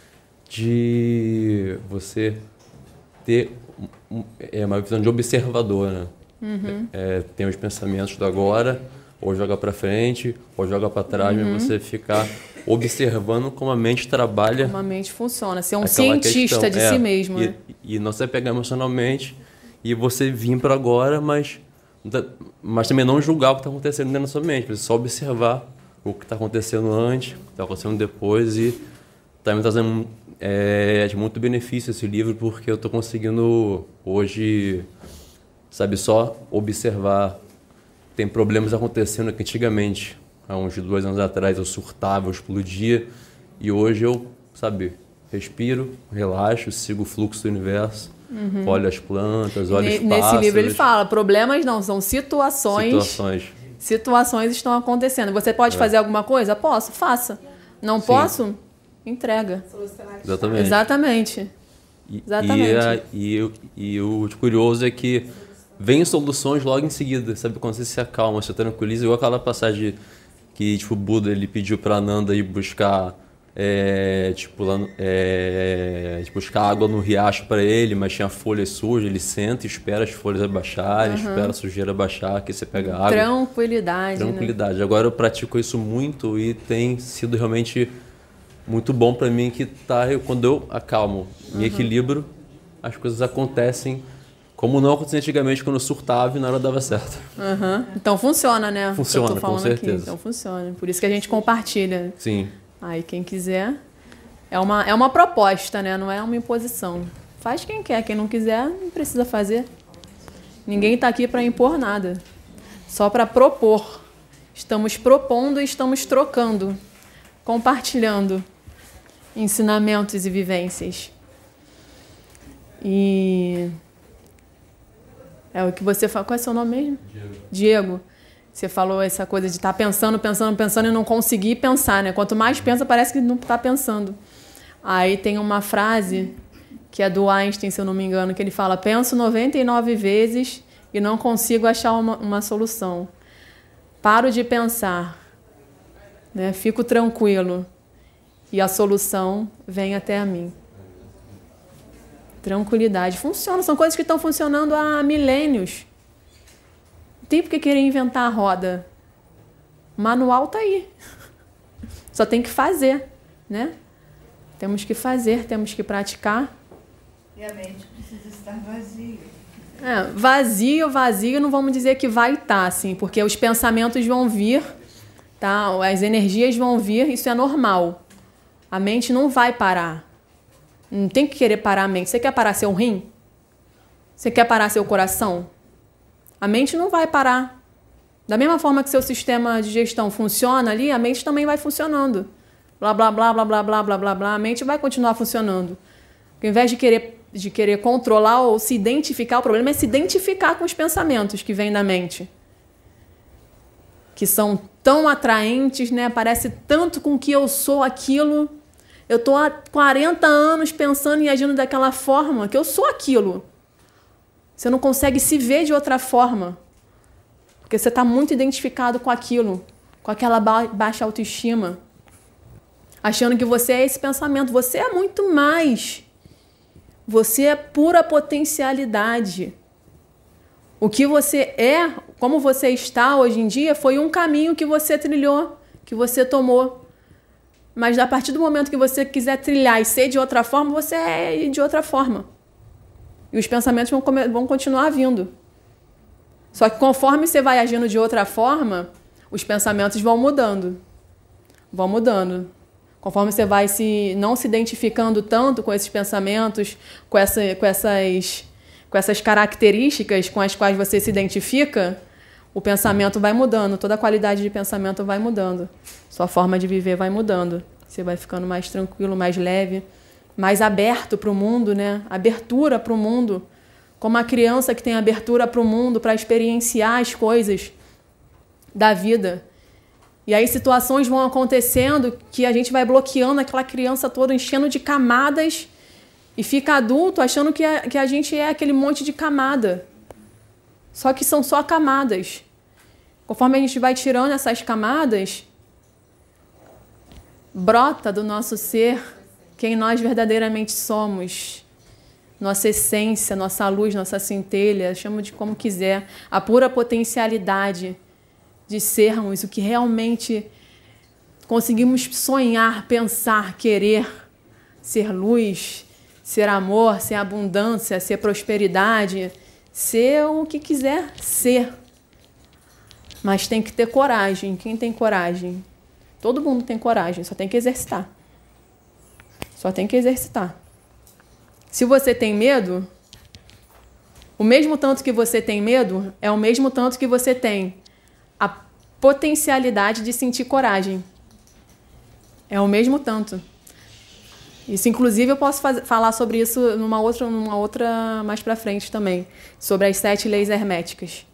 de você ter um, é, uma visão de observador, né? Uhum. É, tem os pensamentos do agora, ou joga para frente, ou joga para trás, uhum. mas você ficar observando como a mente trabalha. Como a mente funciona, ser um cientista questão. de é, si mesmo. E, né? e não se pegar emocionalmente e você vir para agora, mas, mas também não julgar o que está acontecendo dentro da sua mente, você só observar o que está acontecendo antes, o que está acontecendo depois e está me trazendo é, de muito benefício esse livro, porque eu estou conseguindo hoje, sabe, só observar. Tem problemas acontecendo que antigamente, há uns dois anos atrás, eu surtava, eu explodia. E hoje eu, sabe, respiro, relaxo, sigo o fluxo do universo, uhum. olho as plantas, olho os pássaros. Nesse livro ele fala, problemas não, são situações. Situações. Situações estão acontecendo. Você pode é. fazer alguma coisa? Posso? Faça. Não Sim. posso? Entrega. Exatamente. Exatamente. E, Exatamente. E, a, e, e o curioso é que vem soluções logo em seguida, sabe? Quando você se acalma, você tranquiliza, igual aquela passagem que tipo, o Buda ele pediu para Ananda ir buscar, é, tipo, lá, é, buscar água no riacho para ele, mas tinha folhas sujas, ele senta e espera as folhas abaixarem, uhum. espera a sujeira abaixar, que você pega água. Tranquilidade. Tranquilidade. Né? Agora eu pratico isso muito e tem sido realmente muito bom para mim, que tá, eu, quando eu acalmo, me uhum. equilibro, as coisas acontecem como não acontecia antigamente, quando eu surtava e na hora dava certo. Uhum. Então funciona, né? Funciona, eu tô falando com certeza. Aqui. Então funciona. Por isso que a gente compartilha. Sim. Aí quem quiser... É uma, é uma proposta, né? Não é uma imposição. Faz quem quer. Quem não quiser, não precisa fazer. Ninguém está aqui para impor nada. Só para propor. Estamos propondo e estamos trocando. Compartilhando. ensinamentos e vivências. E é o que você fala. Qual é o seu nome mesmo? Diego. Diego. Você falou essa coisa de estar tá pensando, pensando, pensando e não conseguir pensar, né? Quanto mais pensa, parece que não está pensando. Aí tem uma frase que é do Einstein, se eu não me engano, que ele fala: penso noventa e nove vezes e não consigo achar uma, uma solução. Paro de pensar, né? Fico tranquilo e a solução vem até a mim. Tranquilidade. Funciona, são coisas que estão funcionando há milênios. Não tem por que querer inventar a roda. O manual está aí. Só tem que fazer, né? Temos que fazer, temos que praticar. E a mente precisa estar vazia. É, vazio, vazio, não vamos dizer que vai estar, assim, porque os pensamentos vão vir, tá? As energias vão vir, isso é normal. A mente não vai parar. Não tem que querer parar a mente. Você quer parar seu rim? Você quer parar seu coração? A mente não vai parar. Da mesma forma que seu sistema de gestão funciona ali, a mente também vai funcionando. Blá, blá, blá, blá, blá, blá, blá, blá, blá. A mente vai continuar funcionando. Ao invés de querer, de querer controlar ou se identificar, o problema é se identificar com os pensamentos que vêm da mente. Que são tão atraentes, né? Parece tanto com que eu sou aquilo. Eu estou há quarenta anos pensando e agindo daquela forma, que eu sou aquilo. Você não consegue se ver de outra forma. Porque você está muito identificado com aquilo, com aquela ba- baixa autoestima. Achando que você é esse pensamento. Você é muito mais. Você é pura potencialidade. O que você é, como você está hoje em dia, foi um caminho que você trilhou, que você tomou. Mas a partir do momento que você quiser trilhar e ser de outra forma, você é de outra forma. E os pensamentos vão, come- vão continuar vindo. Só que conforme você vai agindo de outra forma, os pensamentos vão mudando. Vão mudando. Conforme você vai se, não se identificando tanto com esses pensamentos, com, essa, com, essas, com essas características com as quais você se identifica, o pensamento vai mudando, toda a qualidade de pensamento vai mudando. Sua forma de viver vai mudando. Você vai ficando mais tranquilo, mais leve, mais aberto para o mundo, né? Abertura para o mundo. Como a criança que tem abertura para o mundo, para experienciar as coisas da vida. E aí situações vão acontecendo que a gente vai bloqueando aquela criança toda, enchendo de camadas, e fica adulto achando que a, que a gente é aquele monte de camada. Só que são só camadas. Conforme a gente vai tirando essas camadas, brota do nosso ser quem nós verdadeiramente somos. Nossa essência, nossa luz, nossa centelha, chama de como quiser, a pura potencialidade de sermos o que realmente conseguimos sonhar, pensar, querer, ser luz, ser amor, ser abundância, ser prosperidade, ser o que quiser ser. Mas tem que ter coragem. Quem tem coragem? Todo mundo tem coragem, só tem que exercitar. Só tem que exercitar. Se você tem medo, o mesmo tanto que você tem medo é o mesmo tanto que você tem a potencialidade de sentir coragem. É o mesmo tanto. Isso, inclusive, eu posso fazer, falar sobre isso numa outra, numa outra mais pra frente também, sobre as sete leis herméticas.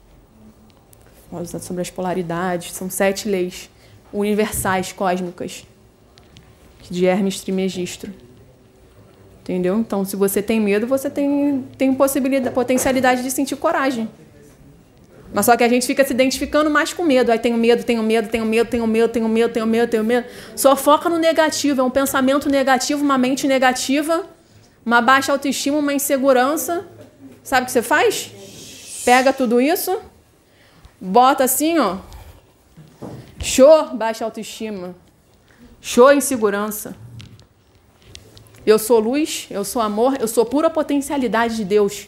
Sobre as polaridades, são sete leis universais, cósmicas, de Hermes Trismegisto. Entendeu? Então, se você tem medo, você tem, tem possibilidade, potencialidade de sentir coragem. Mas só que a gente fica se identificando mais com medo. Aí tenho medo, tenho medo, tenho medo, tenho medo, tenho medo, tenho medo, tenho medo. Só foca no negativo. É um pensamento negativo, uma mente negativa, uma baixa autoestima, uma insegurança. Sabe o que você faz? Pega tudo isso, bota assim, ó. Show, baixa autoestima. Show, insegurança. Eu sou luz, eu sou amor, eu sou pura potencialidade de Deus.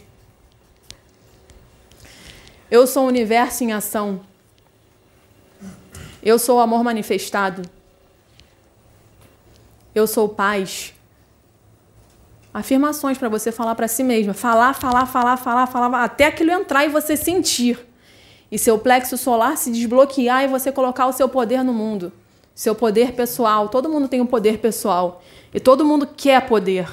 Eu sou o universo em ação. Eu sou o amor manifestado. Eu sou paz. Afirmações para você falar para si mesma. Falar, falar, falar, falar, falar, até aquilo entrar e você sentir. E seu plexo solar se desbloquear e você colocar o seu poder no mundo. seu poder pessoal. Todo mundo tem um poder pessoal. E todo mundo quer poder.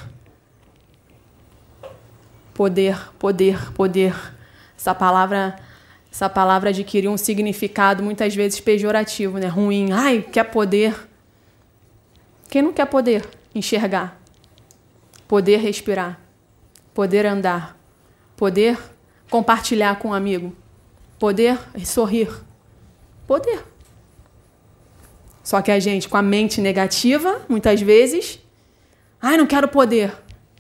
Poder, poder, poder. Essa palavra, essa palavra adquiriu um significado muitas vezes pejorativo, né? Ruim. Ai, quer poder. Quem não quer poder? Enxergar. Poder respirar. Poder andar. Poder compartilhar com um amigo. Poder sorrir. Poder. Só que a gente, com a mente negativa, muitas vezes, ai, não quero poder.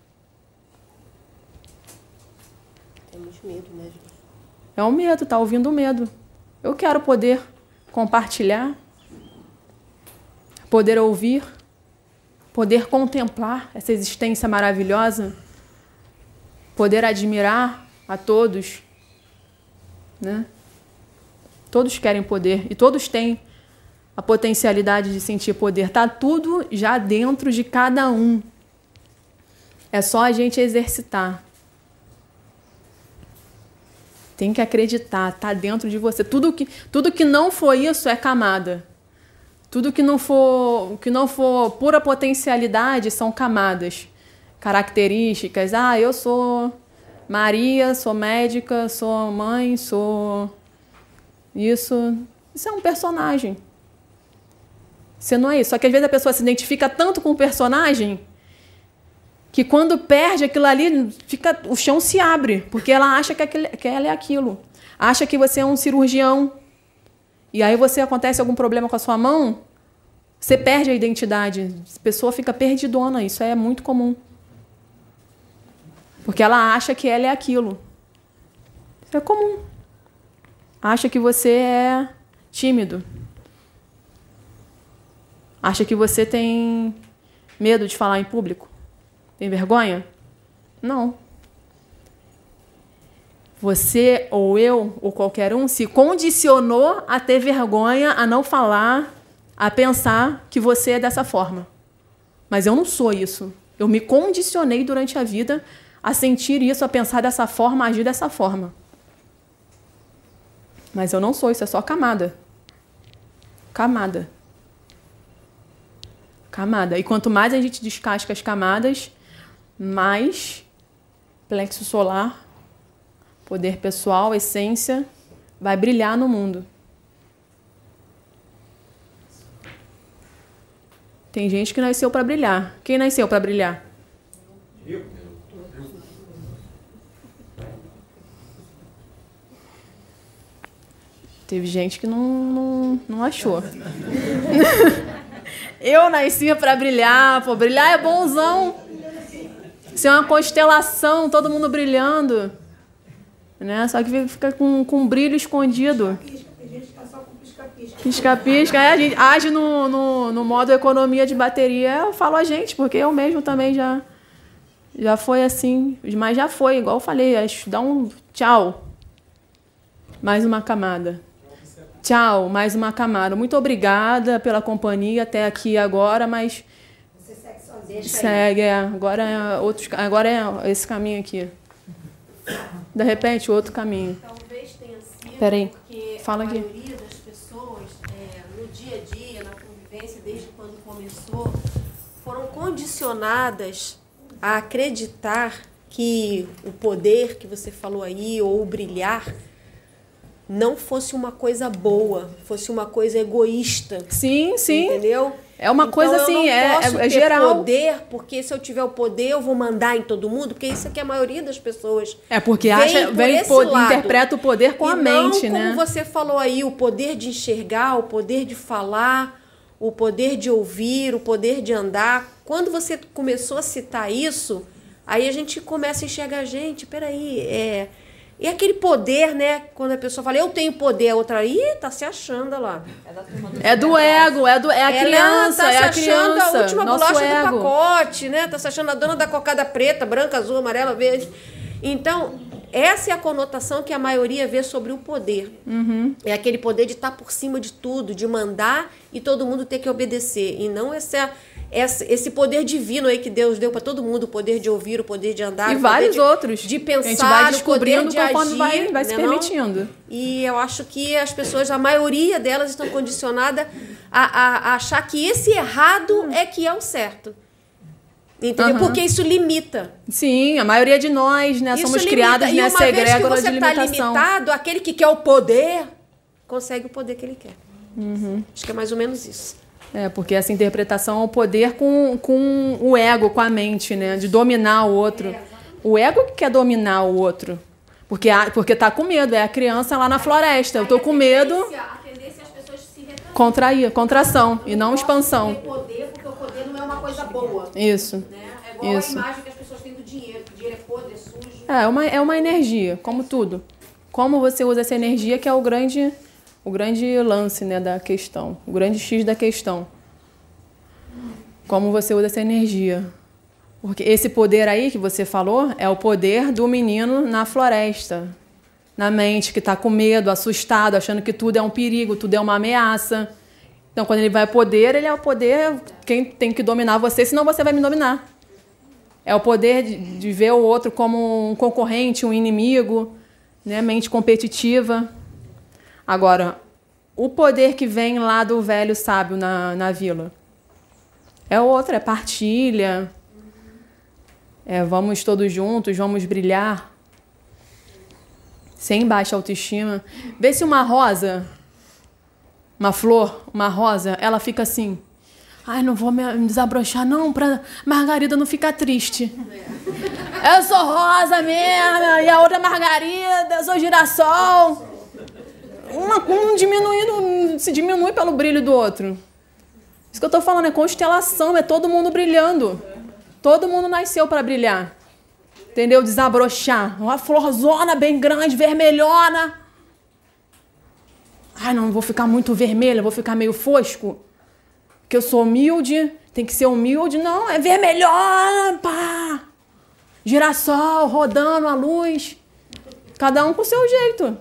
Temos medo, né, gente? É o medo, tá ouvindo o medo. Eu quero poder compartilhar, poder ouvir, poder contemplar essa existência maravilhosa, poder admirar a todos, né? Todos querem poder e todos têm a potencialidade de sentir poder. Tá tudo já dentro de cada um. É só a gente exercitar. Tem que acreditar, tá dentro de você. Tudo que, tudo que não for isso é camada. Tudo que não for, que não for pura potencialidade são camadas, características. Ah, eu sou Maria, sou médica, sou mãe, sou isso. Isso é um personagem. Você não é isso. Só que às vezes a pessoa se identifica tanto com o personagem que quando perde aquilo ali, fica, o chão se abre, porque ela acha que, aquele, que ela é aquilo. Acha que você é um cirurgião. E aí você acontece algum problema com a sua mão, você perde a identidade. A pessoa fica perdidona. Isso é muito comum. Porque ela acha que ela é aquilo. Isso é comum. Acha que você é tímido. Acha que você tem medo de falar em público. Tem vergonha? Não. Você ou eu ou qualquer um se condicionou a ter vergonha, a não falar, a pensar que você é dessa forma. Mas eu não sou isso. Eu me condicionei durante a vida a sentir isso, a pensar dessa forma, a agir dessa forma. Mas eu não sou, isso é só camada. Camada. Camada. E quanto mais a gente descasca as camadas, mais plexo solar, poder pessoal, essência, vai brilhar no mundo. Tem gente que nasceu para brilhar. Quem nasceu para brilhar? Eu. Teve gente que não, não, não achou. Eu nasci para brilhar. Pô, brilhar é bonzão. Isso é uma constelação, todo mundo brilhando. Né? Só que fica com, com um brilho escondido. Pisca-pisca. É, a gente age no, no, no modo economia de bateria. Eu falo a gente, porque eu mesmo também já, já foi assim. Mas já foi, igual eu falei. Dá um tchau. Mais uma camada. Tchau, mais uma camada. Muito obrigada pela companhia até aqui agora, mas... Você segue sozinha. Segue, é. Agora é, outros, agora é esse caminho aqui. De repente, outro caminho. Talvez tenha sido Peraí, porque fala a aqui. maioria das pessoas, é, no dia a dia, na convivência, desde quando começou, foram condicionadas a acreditar que o poder que você falou aí, ou o brilhar, não fosse uma coisa boa, fosse uma coisa egoísta. Sim, sim. Entendeu? É uma então, coisa eu assim, não é, posso é, é ter geral. poder, porque se eu tiver o poder, eu vou mandar em todo mundo, porque isso é que a maioria das pessoas É porque vem acha, por vem esse po- lado. interpreta o poder com E a não, mente, como né? você falou aí, o poder de enxergar, o poder de falar, o poder de ouvir, o poder de andar. Quando você começou a citar isso, aí a gente começa a enxergar, gente, peraí, é... E aquele poder, né? Quando a pessoa fala, eu tenho poder, a outra, ih, tá se achando lá. É do ego, é, do, é a Ela criança, tá é a se achando criança. a última nosso bolacha ego. do pacote, né? Tá se achando a dona da cocada preta, branca, azul, amarela, verde. Então, essa é a conotação que a maioria vê sobre o poder. Uhum. É aquele poder de estar por cima de tudo, de mandar e todo mundo ter que obedecer. E não essa, essa, esse poder divino aí que Deus deu para todo mundo, o poder de ouvir, o poder de andar, E o vários poder de, outros. de A gente pensar, vai o poder descobrindo de conforme agir, vai, vai se né, não? permitindo. E eu acho que as pessoas, a maioria delas estão condicionadas a, a, a achar que esse errado é que é o certo. Entendeu? Uhum. Porque isso limita. Sim, a maioria de nós, né, Isso somos limita. criados E nessa uma vez que egrégora de você está limitação. limitado, aquele que quer o poder, consegue o poder que ele quer. Uhum. Acho que é mais ou menos isso. É, porque essa interpretação é o poder com, com o ego, com a mente, né? De dominar o outro. O ego que quer dominar o outro. Porque, a, porque tá com medo. É a criança lá na floresta. Eu tô com medo. A tendência é as pessoas se retraírem. Contrair, contração e não expansão. Ter poder, porque o poder não é uma coisa boa. Isso. Né? É igual Isso. a imagem que as pessoas têm do dinheiro. Que o dinheiro é podre, é sujo. É, é uma, é uma energia, como tudo. Como você usa essa energia que é o grande, o grande lance, né, da questão. O grande X da questão. Como você usa essa energia. Porque esse poder aí que você falou é o poder do menino na floresta. Na mente, que está com medo, assustado, achando que tudo é um perigo, tudo é uma ameaça. Então, quando ele vai poder, ele é o poder quem tem que dominar você, senão você vai me dominar. É o poder de, de ver o outro como um concorrente, um inimigo, né? Mente competitiva. Agora, o poder que vem lá do velho sábio na, na vila é outro, é partilha. É, vamos todos juntos, vamos brilhar. Sem baixa autoestima. Vê se uma rosa, uma flor, uma rosa, ela fica assim. Ai, não vou me desabrochar não, pra Margarida não ficar triste. Eu sou rosa mesmo, e a outra Margarida, eu sou girassol. Uma, um diminuindo, se diminui pelo brilho do outro. Isso que eu tô falando é constelação, é todo mundo brilhando. Todo mundo nasceu para brilhar. Entendeu? Desabrochar. Uma florzona bem grande, vermelhona. Ai, não vou ficar muito vermelha, vou ficar meio fosco. Porque eu sou humilde, tem que ser humilde. Não, é vermelhona, pá. Girassol, rodando a luz. Cada um com o seu jeito.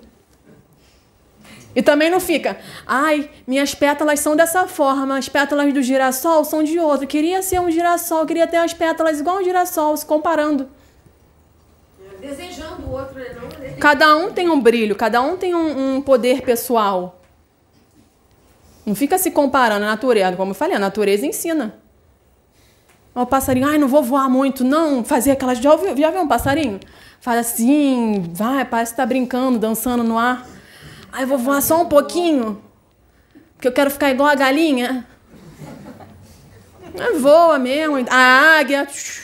E também não fica, ai, minhas pétalas são dessa forma, as pétalas do girassol são de outro. Queria ser um girassol, queria ter as pétalas igual um girassol, se comparando. Desejando o outro, né? Não, cada um tem um brilho, cada um tem um, um poder pessoal. Não fica se comparando a natureza. Como eu falei, a natureza ensina. O passarinho, ai, não vou voar muito, não. Fazer aquelas... Já ouviu, já viu um passarinho? Faz assim, vai, parece que tá brincando, dançando no ar. Ai, vou voar só um pouquinho, porque eu quero ficar igual a galinha. Voa mesmo. A águia.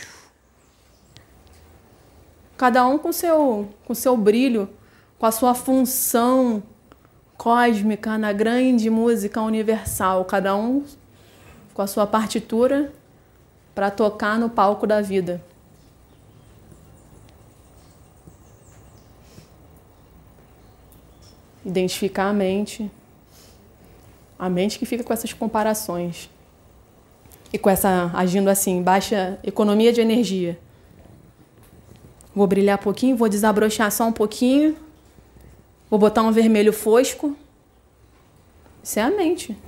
Cada um com seu, com seu brilho, com a sua função cósmica na grande música universal. Cada um com a sua partitura para tocar no palco da vida. Identificar a mente. A mente que fica com essas comparações. E com essa, agindo assim, baixa economia de energia. Vou brilhar um pouquinho, vou desabrochar só um pouquinho. Vou botar um vermelho fosco. Isso é a mente.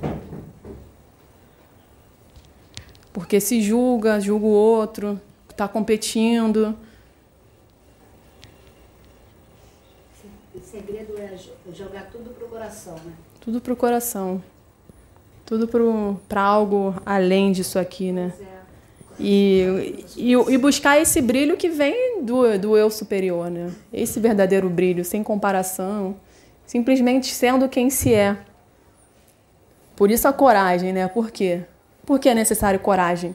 Porque se julga, julga o outro, está competindo. O segredo é jogar tudo pro coração, né? Tudo pro coração. Tudo para algo além disso aqui, né? E, e, e buscar esse brilho que vem do, do eu superior, né? Esse verdadeiro brilho, sem comparação, simplesmente sendo quem se é. Por isso a coragem, né? Por quê? Por que é necessário coragem?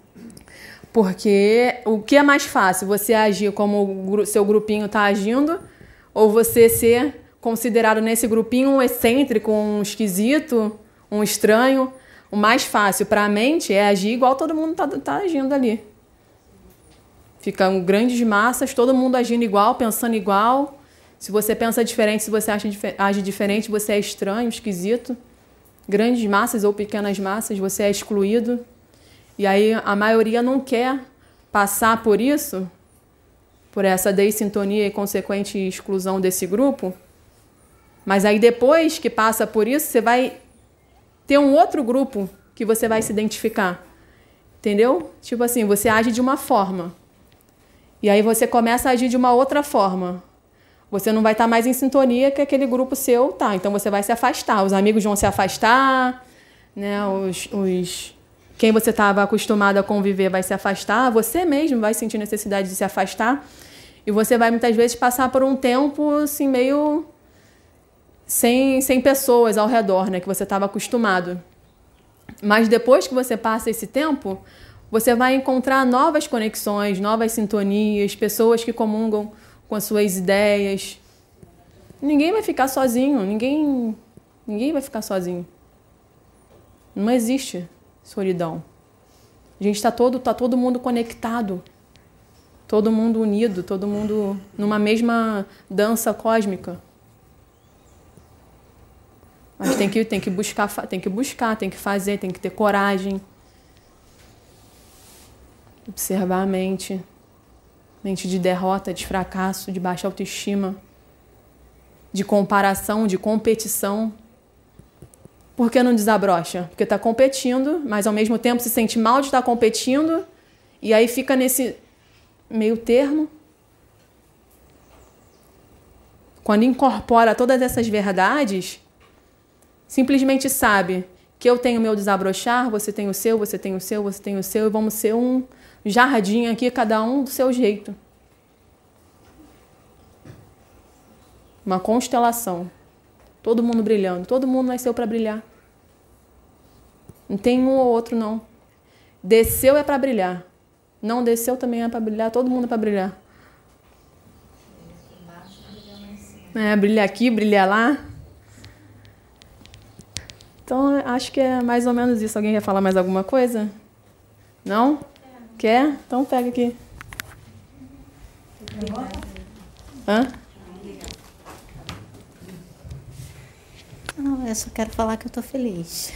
Porque o que é mais fácil? Você agir como o seu grupinho está agindo ou você ser considerado nesse grupinho um excêntrico, um esquisito, um estranho? O mais fácil para a mente é agir igual todo mundo está tá agindo ali. Ficam grandes massas, todo mundo agindo igual, pensando igual. Se você pensa diferente, se você acha, age diferente, você é estranho, esquisito. Grandes massas ou pequenas massas, você é excluído. E aí a maioria não quer passar por isso, por essa dessintonia e consequente exclusão desse grupo. Mas aí depois que passa por isso, você vai ter um outro grupo que você vai se identificar. Entendeu? Tipo assim, você age de uma forma. E aí você começa a agir de uma outra forma. Você não vai estar mais em sintonia que aquele grupo seu tá. Então você vai se afastar. Os amigos vão se afastar, né? Os, os, quem você estava acostumado a conviver vai se afastar, você mesmo vai sentir necessidade de se afastar, e você vai muitas vezes passar por um tempo assim, meio sem, sem pessoas ao redor, né? Que você estava acostumado. Mas depois que você passa esse tempo, você vai encontrar novas conexões, novas sintonias, pessoas que comungam com as suas ideias. Ninguém vai ficar sozinho, ninguém, ninguém vai ficar sozinho. Não existe solidão. A gente está todo, tá todo mundo conectado, todo mundo unido, todo mundo numa mesma dança cósmica. Mas tem que, tem que buscar, tem que buscar, tem que fazer, tem que ter coragem. Observar a mente. Mente de derrota, de fracasso, de baixa autoestima, de comparação, de competição. Por que não desabrocha? Porque está competindo, mas ao mesmo tempo se sente mal de estar competindo, e aí fica nesse meio termo. Quando incorpora todas essas verdades, simplesmente sabe que eu tenho o meu desabrochar, você tem o seu, você tem o seu, você tem o seu, e vamos ser um jardim aqui, cada um do seu jeito. Uma constelação. Todo mundo brilhando. Todo mundo nasceu para brilhar. Não tem um ou outro, não. Desceu é para brilhar. Não desceu também é para brilhar. Todo mundo é para brilhar. É, brilhar aqui, brilhar lá. Então, acho que é mais ou menos isso. Alguém quer falar mais alguma coisa? Não? Quer? Então pega aqui. Hã? Não, eu só quero falar que eu tô feliz.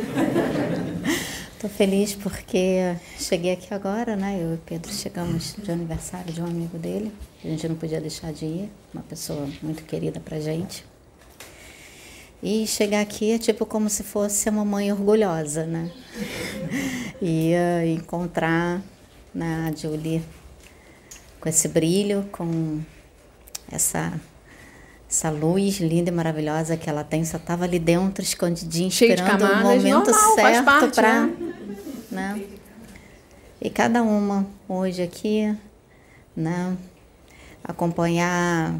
Tô feliz porque cheguei aqui agora, né? Eu e o Pedro chegamos de aniversário de um amigo dele. A gente não podia deixar de ir. Uma pessoa muito querida pra gente. E chegar aqui é tipo como se fosse uma mãe orgulhosa, né? E uh, encontrar, né, a Julie com esse brilho, com essa, essa luz linda e maravilhosa que ela tem. Só estava ali dentro, escondidinha, cheio de esperando camadas, o momento normal, certo faz parte, para... né? Né? E cada uma hoje aqui, né, acompanhar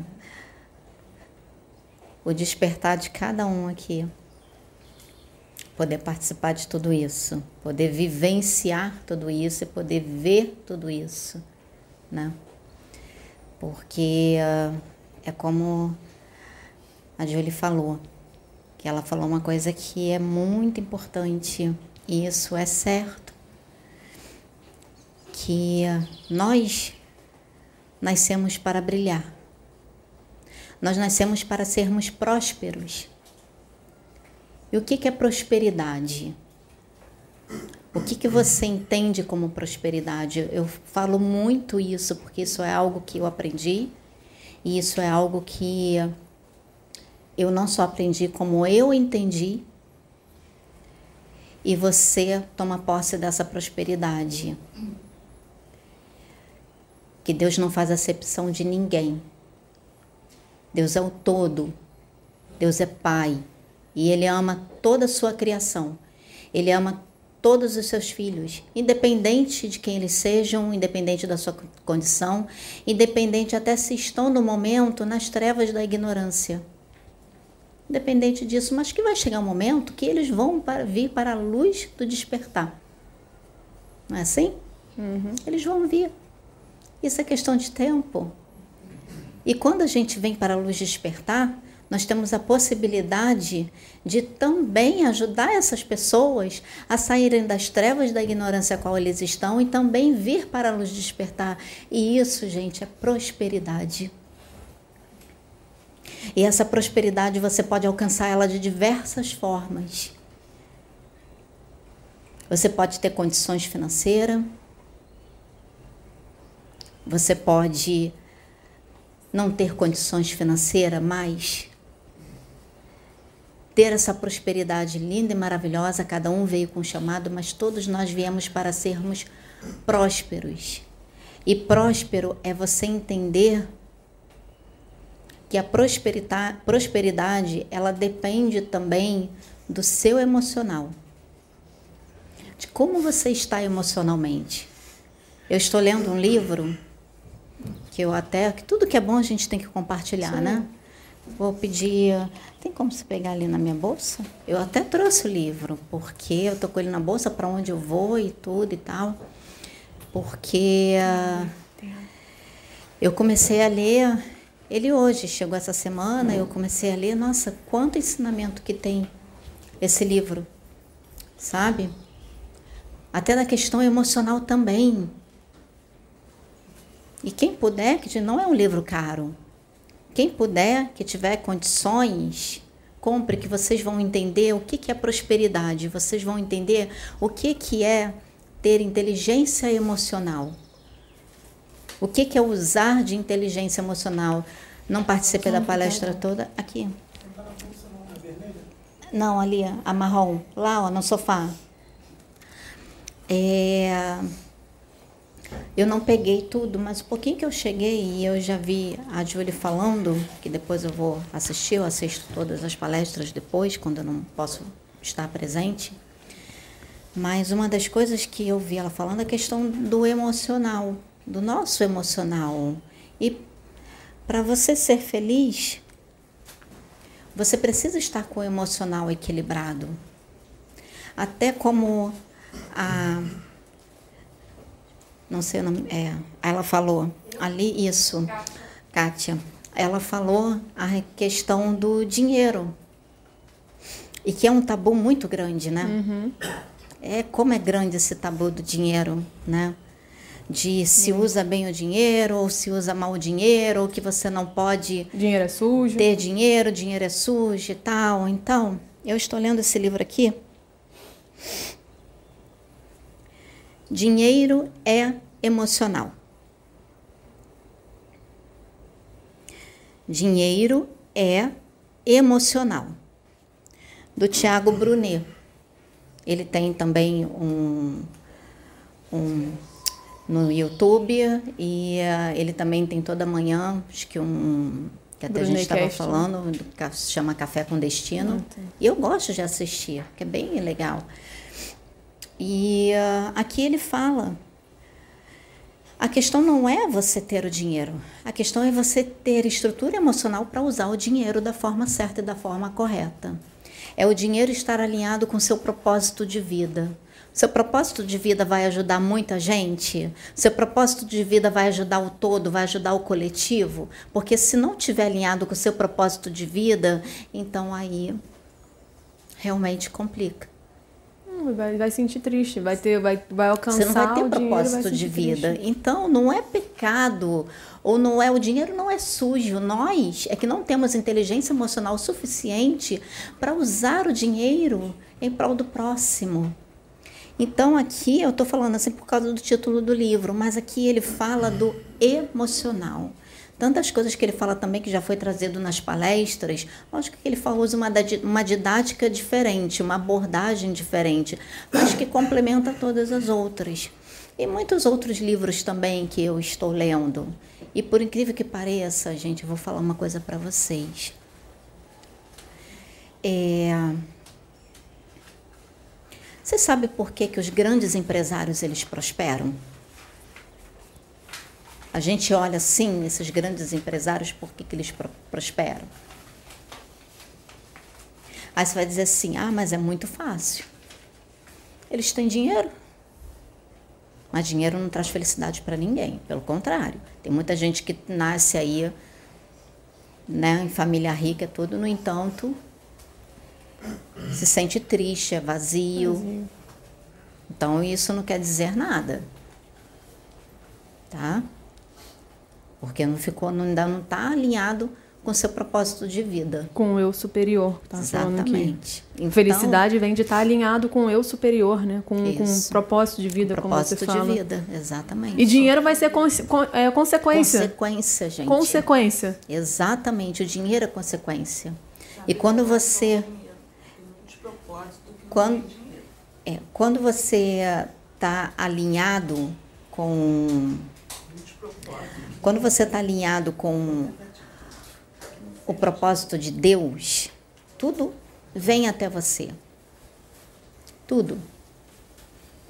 o despertar de cada um aqui, poder participar de tudo isso, poder vivenciar tudo isso e poder ver tudo isso, né? Porque uh, é como a Julie falou, que ela falou uma coisa que é muito importante, e isso é certo, que uh, nós nascemos para brilhar. Nós nascemos para sermos prósperos. E o que que é prosperidade? O que que você entende como prosperidade? Eu falo muito isso porque isso é algo que eu aprendi, e isso é algo que eu não só aprendi, como eu entendi, e você toma posse dessa prosperidade. Que Deus não faz acepção de ninguém. Deus é o todo, Deus é Pai, e Ele ama toda a sua criação, Ele ama todos os seus filhos, independente de quem eles sejam, independente da sua condição, independente até se estão no momento nas trevas da ignorância. Independente disso, mas que vai chegar um momento que eles vão para, vir para a luz do despertar. Não é assim? Uhum. Eles vão vir. Isso é questão de tempo. E quando a gente vem para a luz despertar, nós temos a possibilidade de também ajudar essas pessoas a saírem das trevas da ignorância a qual eles estão e também vir para a luz despertar. E isso, gente, é prosperidade. E essa prosperidade você pode alcançar ela de diversas formas. Você pode ter condições financeiras, você pode não ter condições financeiras, mas ter essa prosperidade linda e maravilhosa. Cada um veio com um chamado, mas todos nós viemos para sermos prósperos. E próspero é você entender que a prosperidade, prosperidade ela depende também do seu emocional. de como você está emocionalmente. Eu estou lendo um livro que eu até... que tudo que é bom a gente tem que compartilhar, Sim. né? Vou pedir... Tem como você pegar ali na minha bolsa? Eu até trouxe o livro, porque eu tô com ele na bolsa para onde eu vou e tudo e tal. Porque uh, eu comecei a ler ele hoje, chegou essa semana, eu comecei a ler, nossa, quanto ensinamento que tem esse livro, sabe? Até na questão emocional também. E quem puder, que não é um livro caro, quem puder, que tiver condições, compre, que vocês vão entender o que que é prosperidade, vocês vão entender o que que é ter inteligência emocional. O que que é usar de inteligência emocional? Não participei da palestra toda. Aqui. Não, ali, a marrom. Lá, ó, no sofá. É... Eu não peguei tudo, mas um pouquinho que eu cheguei e eu já vi a Júlia falando, que depois eu vou assistir, eu assisto todas as palestras depois, quando eu não posso estar presente. Mas uma das coisas que eu vi ela falando é a questão do emocional, do nosso emocional. E para você ser feliz, você precisa estar com o emocional equilibrado. Até como a... não sei o nome, é, ela falou ali isso, Kátia, ela falou a questão do dinheiro, e que é um tabu muito grande, né? Uhum. É como é grande esse tabu do dinheiro, né? De se uhum. usa bem o dinheiro, ou se usa mal o dinheiro, ou que você não pode... Dinheiro é sujo. Ter dinheiro, dinheiro é sujo e tal. Então, eu estou lendo esse livro aqui. Dinheiro é emocional. Dinheiro é emocional. Do Tiago Brunet. Ele tem também um, um no YouTube e uh, ele também tem toda manhã, acho que um que até Brunet a gente estava falando, do, se chama Café com Destino. Ah, e eu gosto de assistir, que é bem legal. E uh, aqui ele fala, a questão não é você ter o dinheiro, a questão é você ter estrutura emocional para usar o dinheiro da forma certa e da forma correta. É o dinheiro estar alinhado com o seu propósito de vida. Seu propósito de vida vai ajudar muita gente? Seu propósito de vida vai ajudar o todo, vai ajudar o coletivo? Porque se não estiver alinhado com o seu propósito de vida, então aí realmente complica. Vai, vai sentir triste, vai, ter, vai, vai alcançar. Você não vai ter o propósito dinheiro, de vida. Triste. Então, não é pecado, ou não é o dinheiro não é sujo. Nós é que não temos inteligência emocional suficiente para usar o dinheiro em prol do próximo. Então, aqui eu estou falando assim por causa do título do livro, mas aqui ele fala do emocional. Tantas coisas que ele fala também, que já foi trazido nas palestras, lógico que ele fala, usa uma, uma didática diferente, uma abordagem diferente, mas que complementa todas as outras. E muitos outros livros também que eu estou lendo. E por incrível que pareça, gente, eu vou falar uma coisa para vocês. É... Você sabe por que, que os grandes empresários eles prosperam? A gente olha assim, esses grandes empresários, por que, que eles pro- prosperam? Aí você vai dizer assim, ah, mas é muito fácil. Eles têm dinheiro. Mas dinheiro não traz felicidade para ninguém, pelo contrário. Tem muita gente que nasce aí, né, em família rica, tudo, no entanto, se sente triste, é vazio. vazio. Então, isso não quer dizer nada. Tá? Porque não ficou, ainda não está alinhado com o seu propósito de vida. Com o eu superior. Tá Exatamente. Então, felicidade vem de estar alinhado com o eu superior, né? Com, com o propósito de vida, com como você fala. Propósito de vida, exatamente. E dinheiro vai ser conse- con- é, consequência. Consequência, gente. Consequência. Exatamente, o dinheiro é consequência. E quando você... Quando, é, quando você está alinhado com... Quando você está alinhado com o propósito de Deus, tudo vem até você. Tudo.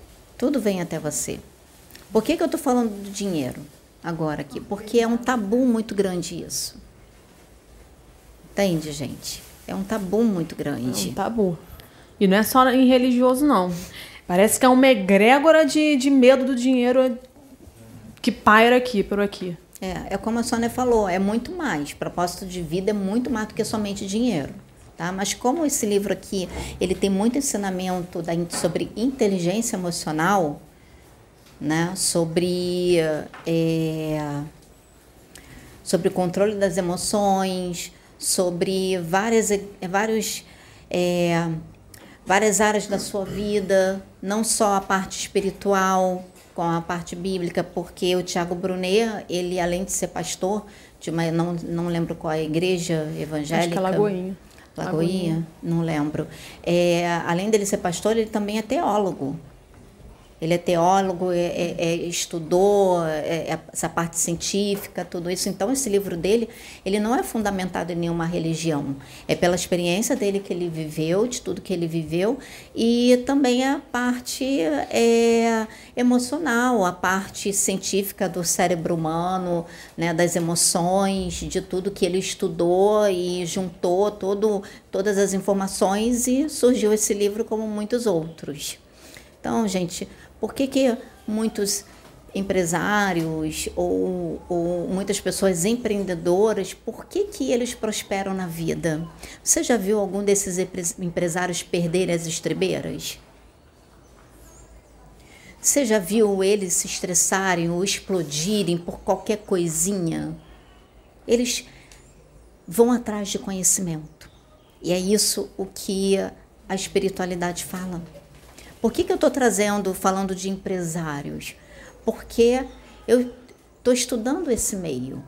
Tudo vem até você. Por que que eu estou falando do dinheiro agora aqui? Porque é um tabu muito grande isso. Entende, gente? É um tabu muito grande. É um tabu. E não é só em religioso, não. Parece que é uma egrégora de, de medo do dinheiro que paira aqui, por aqui. É, é como a Sônia falou, é muito mais. Propósito de vida é muito mais do que somente dinheiro. Tá? Mas como esse livro aqui, ele tem muito ensinamento da, sobre inteligência emocional, né? sobre, é, sobre o controle das emoções, sobre várias, vários, é, várias áreas da sua vida, não só a parte espiritual, com a parte bíblica, porque o Tiago Brunet, ele além de ser pastor, de uma, não, não lembro qual é a igreja evangélica. Acho que é Lagoinha. Lagoinha, Lagoinha. Não lembro. É, além dele ser pastor, ele também é teólogo. Ele é teólogo, é, é, é, estudou é, é, essa parte científica, tudo isso. Então, esse livro dele, ele não é fundamentado em nenhuma religião. É pela experiência dele que ele viveu, de tudo que ele viveu, e também a parte é, emocional, a parte científica do cérebro humano, né, das emoções, de tudo que ele estudou e juntou todo, todas as informações e surgiu esse livro como muitos outros. Então, gente, por que que muitos empresários ou, ou muitas pessoas empreendedoras, por que que eles prosperam na vida? Você já viu algum desses empresários perderem as estribeiras? Você já viu eles se estressarem ou explodirem por qualquer coisinha? Eles vão atrás de conhecimento. E é isso o que a espiritualidade fala. Por que que eu estou trazendo, falando de empresários? Porque eu estou estudando esse meio.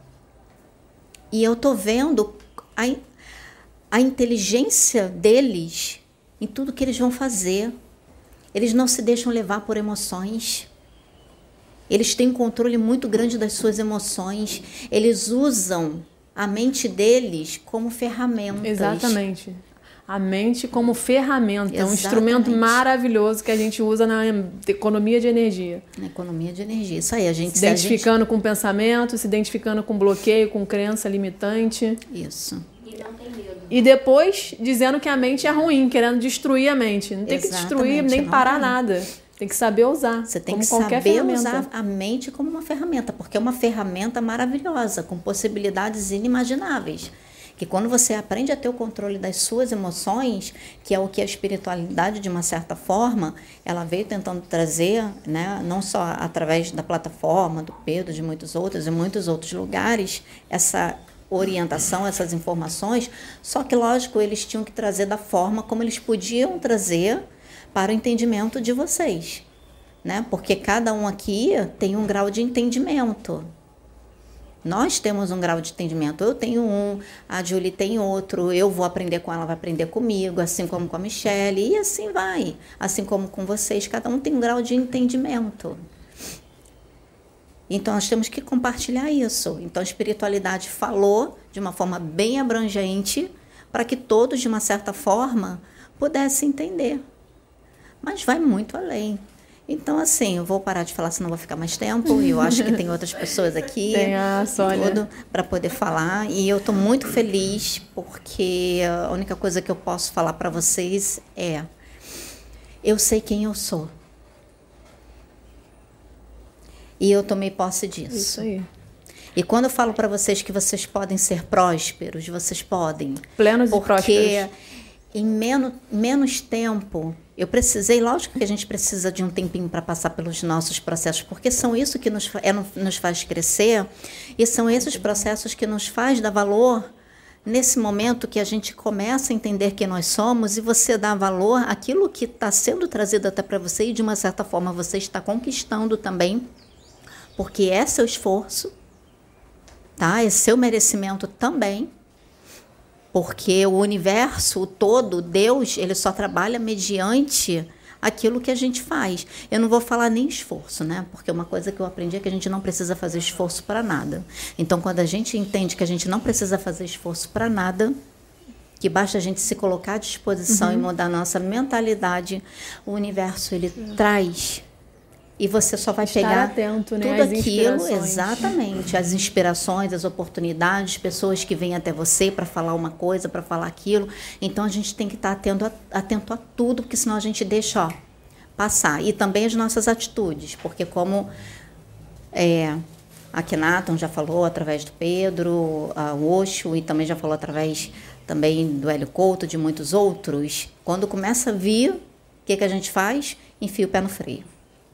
E eu estou vendo a, a inteligência deles em tudo que eles vão fazer. Eles não se deixam levar por emoções. Eles têm um controle muito grande das suas emoções. Eles usam a mente deles como ferramentas. Exatamente. A mente como ferramenta, é um Exatamente. Instrumento maravilhoso que a gente usa na economia de energia. Na economia de energia, isso aí. A gente se identificando a gente... com pensamento, se identificando com bloqueio, com crença limitante. Isso. E não tem medo. E depois dizendo que a mente é ruim, querendo destruir a mente. Não tem Exatamente, que destruir nem parar tem. nada. Tem que saber usar. Você tem como que qualquer saber ferramenta. usar a mente como uma ferramenta, porque é uma ferramenta maravilhosa, com possibilidades inimagináveis. Que quando você aprende a ter o controle das suas emoções, que é o que a espiritualidade, de uma certa forma, ela veio tentando trazer, né, não só através da plataforma, do Pedro, de muitos outros, e muitos outros lugares, essa orientação, essas informações, só que, lógico, eles tinham que trazer da forma como eles podiam trazer para o entendimento de vocês, né? Porque cada um aqui tem um grau de entendimento. Nós temos um grau de entendimento. Eu tenho um, a Julie tem outro, eu vou aprender com ela, vai aprender comigo, assim como com a Michelle, e assim vai. Assim como com vocês, cada um tem um grau de entendimento. Então, nós temos que compartilhar isso. Então, a espiritualidade falou de uma forma bem abrangente para que todos, de uma certa forma, pudessem entender. Mas vai muito além. Então, assim, eu vou parar de falar, senão vou ficar mais tempo. E eu acho que tem outras pessoas aqui. Tem a Sônia. Para poder falar. E eu estou muito feliz, porque a única coisa que eu posso falar para vocês é: eu sei quem eu sou. E eu tomei posse disso. Isso aí. E quando eu falo para vocês que vocês podem ser prósperos, vocês podem. Plenos e prósperos. Porque em menos, menos tempo... Eu precisei, lógico que a gente precisa de um tempinho para passar pelos nossos processos, porque são isso que nos, é, nos faz crescer, e são esses processos que nos faz dar valor nesse momento que a gente começa a entender quem nós somos, e você dá valor àquilo que está sendo trazido até para você, e de uma certa forma você está conquistando também, porque é seu esforço, tá? É seu merecimento também. Porque o universo, o todo, Deus, ele só trabalha mediante aquilo que a gente faz. Eu não vou falar nem esforço, né? Porque uma coisa que eu aprendi é que a gente não precisa fazer esforço para nada. Então, quando a gente entende que a gente não precisa fazer esforço para nada, que basta a gente se colocar à disposição uhum. e mudar a nossa mentalidade, o universo, ele uhum. traz E você só vai Estar pegar atento, né, tudo às aquilo, inspirações. exatamente, as inspirações, as oportunidades, pessoas que vêm até você para falar uma coisa, para falar aquilo. Então a gente tem que estar atento a, atento a tudo, porque senão a gente deixa, ó, passar. E também as nossas atitudes, porque como é, a Kenaton já falou através do Pedro, a Osho, e também já falou através também do Hélio Couto, de muitos outros, quando começa a vir, o que, que a gente faz? Enfia o pé no freio.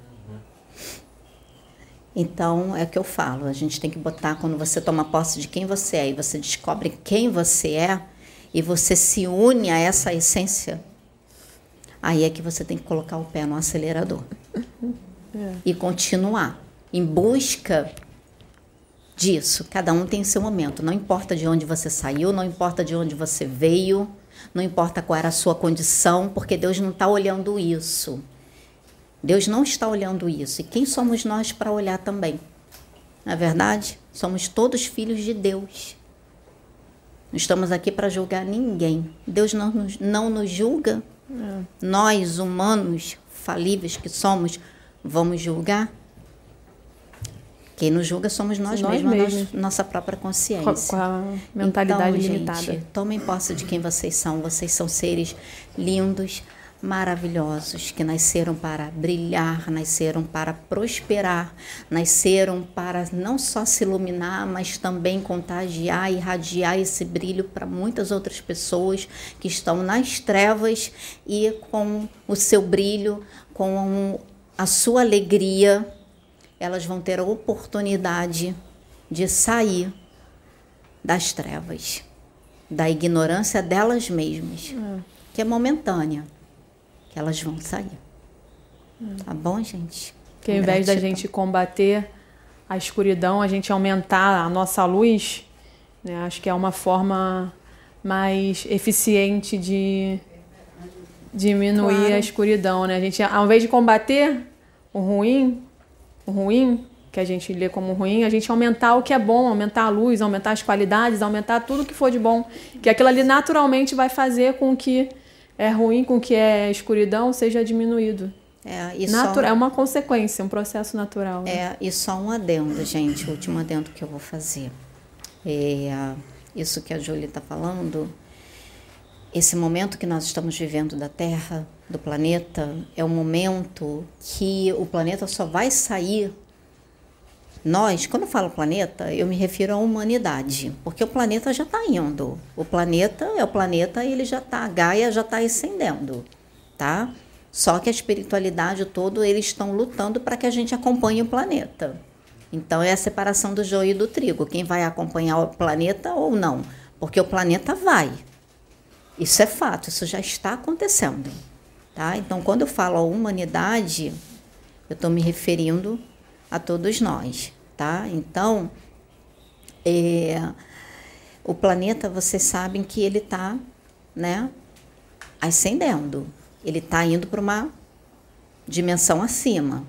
Então, é o que eu falo, a gente tem que botar, quando você toma posse de quem você é e você descobre quem você é e você se une a essa essência, aí é que você tem que colocar o pé no acelerador é. e continuar em busca disso. Cada um tem seu momento, não importa de onde você saiu, não importa de onde você veio, não importa qual era a sua condição, porque Deus não está olhando isso. Deus não está olhando isso. E quem somos nós para olhar também? Na verdade, somos todos filhos de Deus. Não estamos aqui para julgar ninguém. Deus não nos, não nos julga. É. Nós, humanos falíveis que somos, vamos julgar? Quem nos julga somos nós, nós mesmos, mesmos. Nossa, nossa própria consciência. Com a mentalidade então, limitada. Gente, tomem posse de quem vocês são. Vocês são seres lindos, maravilhosos, que nasceram para brilhar, nasceram para prosperar, nasceram para não só se iluminar, mas também contagiar e irradiar esse brilho para muitas outras pessoas que estão nas trevas e com o seu brilho, com a sua alegria, elas vão ter a oportunidade de sair das trevas, da ignorância delas mesmas, é. que é momentânea. Que elas vão sair. Hum. Tá bom, gente? Que ao invés da gente combater a escuridão, a gente aumentar a nossa luz, né? Acho que é uma forma mais eficiente de diminuir claro. a escuridão, né? A gente, ao invés de combater o ruim, o ruim, que a gente lê como ruim, a gente aumentar o que é bom, aumentar a luz, aumentar as qualidades, aumentar tudo que for de bom. Que aquilo ali naturalmente vai fazer com que é ruim, com que é escuridão, seja diminuído. É, e Natura- só... é uma consequência, um processo natural. Né? É, e só um adendo, gente, o último adendo que eu vou fazer. É, isso que a Júlia está falando, esse momento que nós estamos vivendo da Terra, do planeta, é um momento que o planeta só vai sair. Nós, quando eu falo planeta, eu me refiro à humanidade, porque o planeta já está indo. O planeta é o planeta, ele já está, a Gaia já está ascendendo, tá? Só que a espiritualidade toda, eles estão lutando para que a gente acompanhe o planeta. Então, é a separação do joio e do trigo. Quem vai acompanhar o planeta ou não? Porque o planeta vai. Isso é fato, isso já está acontecendo, tá? Então, quando eu falo a humanidade, eu estou me referindo a todos nós, tá? Então, é, o planeta, vocês sabem que ele está, né, ascendendo. Ele está indo para uma dimensão acima.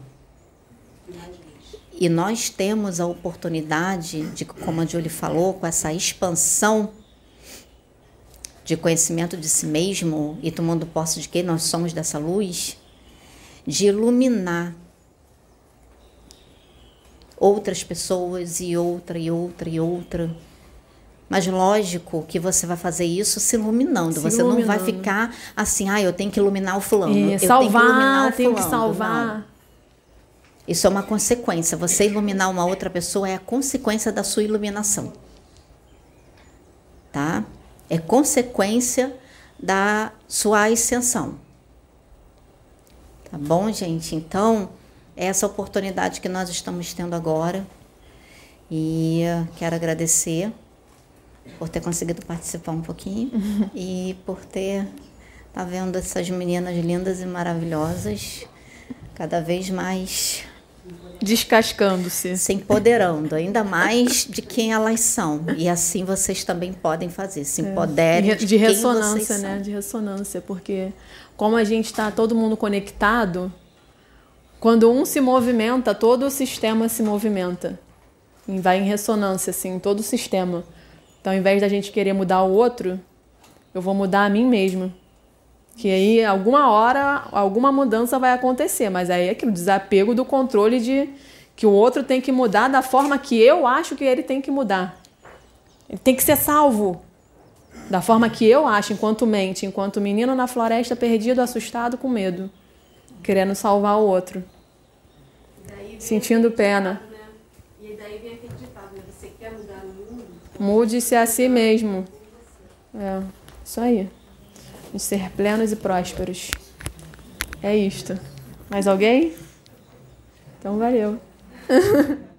E nós temos a oportunidade de, como a Julie falou, com essa expansão de conhecimento de si mesmo e tomando posse de que nós somos dessa luz, de iluminar outras pessoas e outra e outra e outra. Mas lógico que você vai fazer isso se iluminando. Se você iluminando. Não vai ficar assim, ah, eu tenho que iluminar o fulano. É, eu salvar, tenho que iluminar o tenho fulano. que salvar. Não. Isso é uma consequência. Você iluminar uma outra pessoa é a consequência da sua iluminação. Tá? É consequência da sua ascensão. Tá bom, gente? Então, essa oportunidade que nós estamos tendo agora. E quero agradecer por ter conseguido participar um pouquinho uhum. e por ter tá vendo essas meninas lindas e maravilhosas cada vez mais descascando-se, se empoderando ainda mais de quem elas são, e assim vocês também podem fazer, se empoderem é. de, de ressonância, né? De ressonância, porque como a gente está todo mundo conectado, quando um se movimenta, todo o sistema se movimenta. E vai em ressonância, assim, todo o sistema. Então, ao invés da gente querer mudar o outro, eu vou mudar a mim mesma. Que aí, alguma hora, alguma mudança vai acontecer. Mas aí é aquilo, desapego do controle de que o outro tem que mudar da forma que eu acho que ele tem que mudar. Ele tem que ser salvo. Da forma que eu acho, enquanto mente, enquanto menino na floresta, perdido, assustado, com medo. Querendo salvar o outro. Sentindo pena. Ditado, né? E daí vem aquele ditado, né? Você quer mudar o mundo? Mude-se a si mesmo. É, isso aí. De ser plenos e prósperos. É isto. Mais alguém? Então valeu.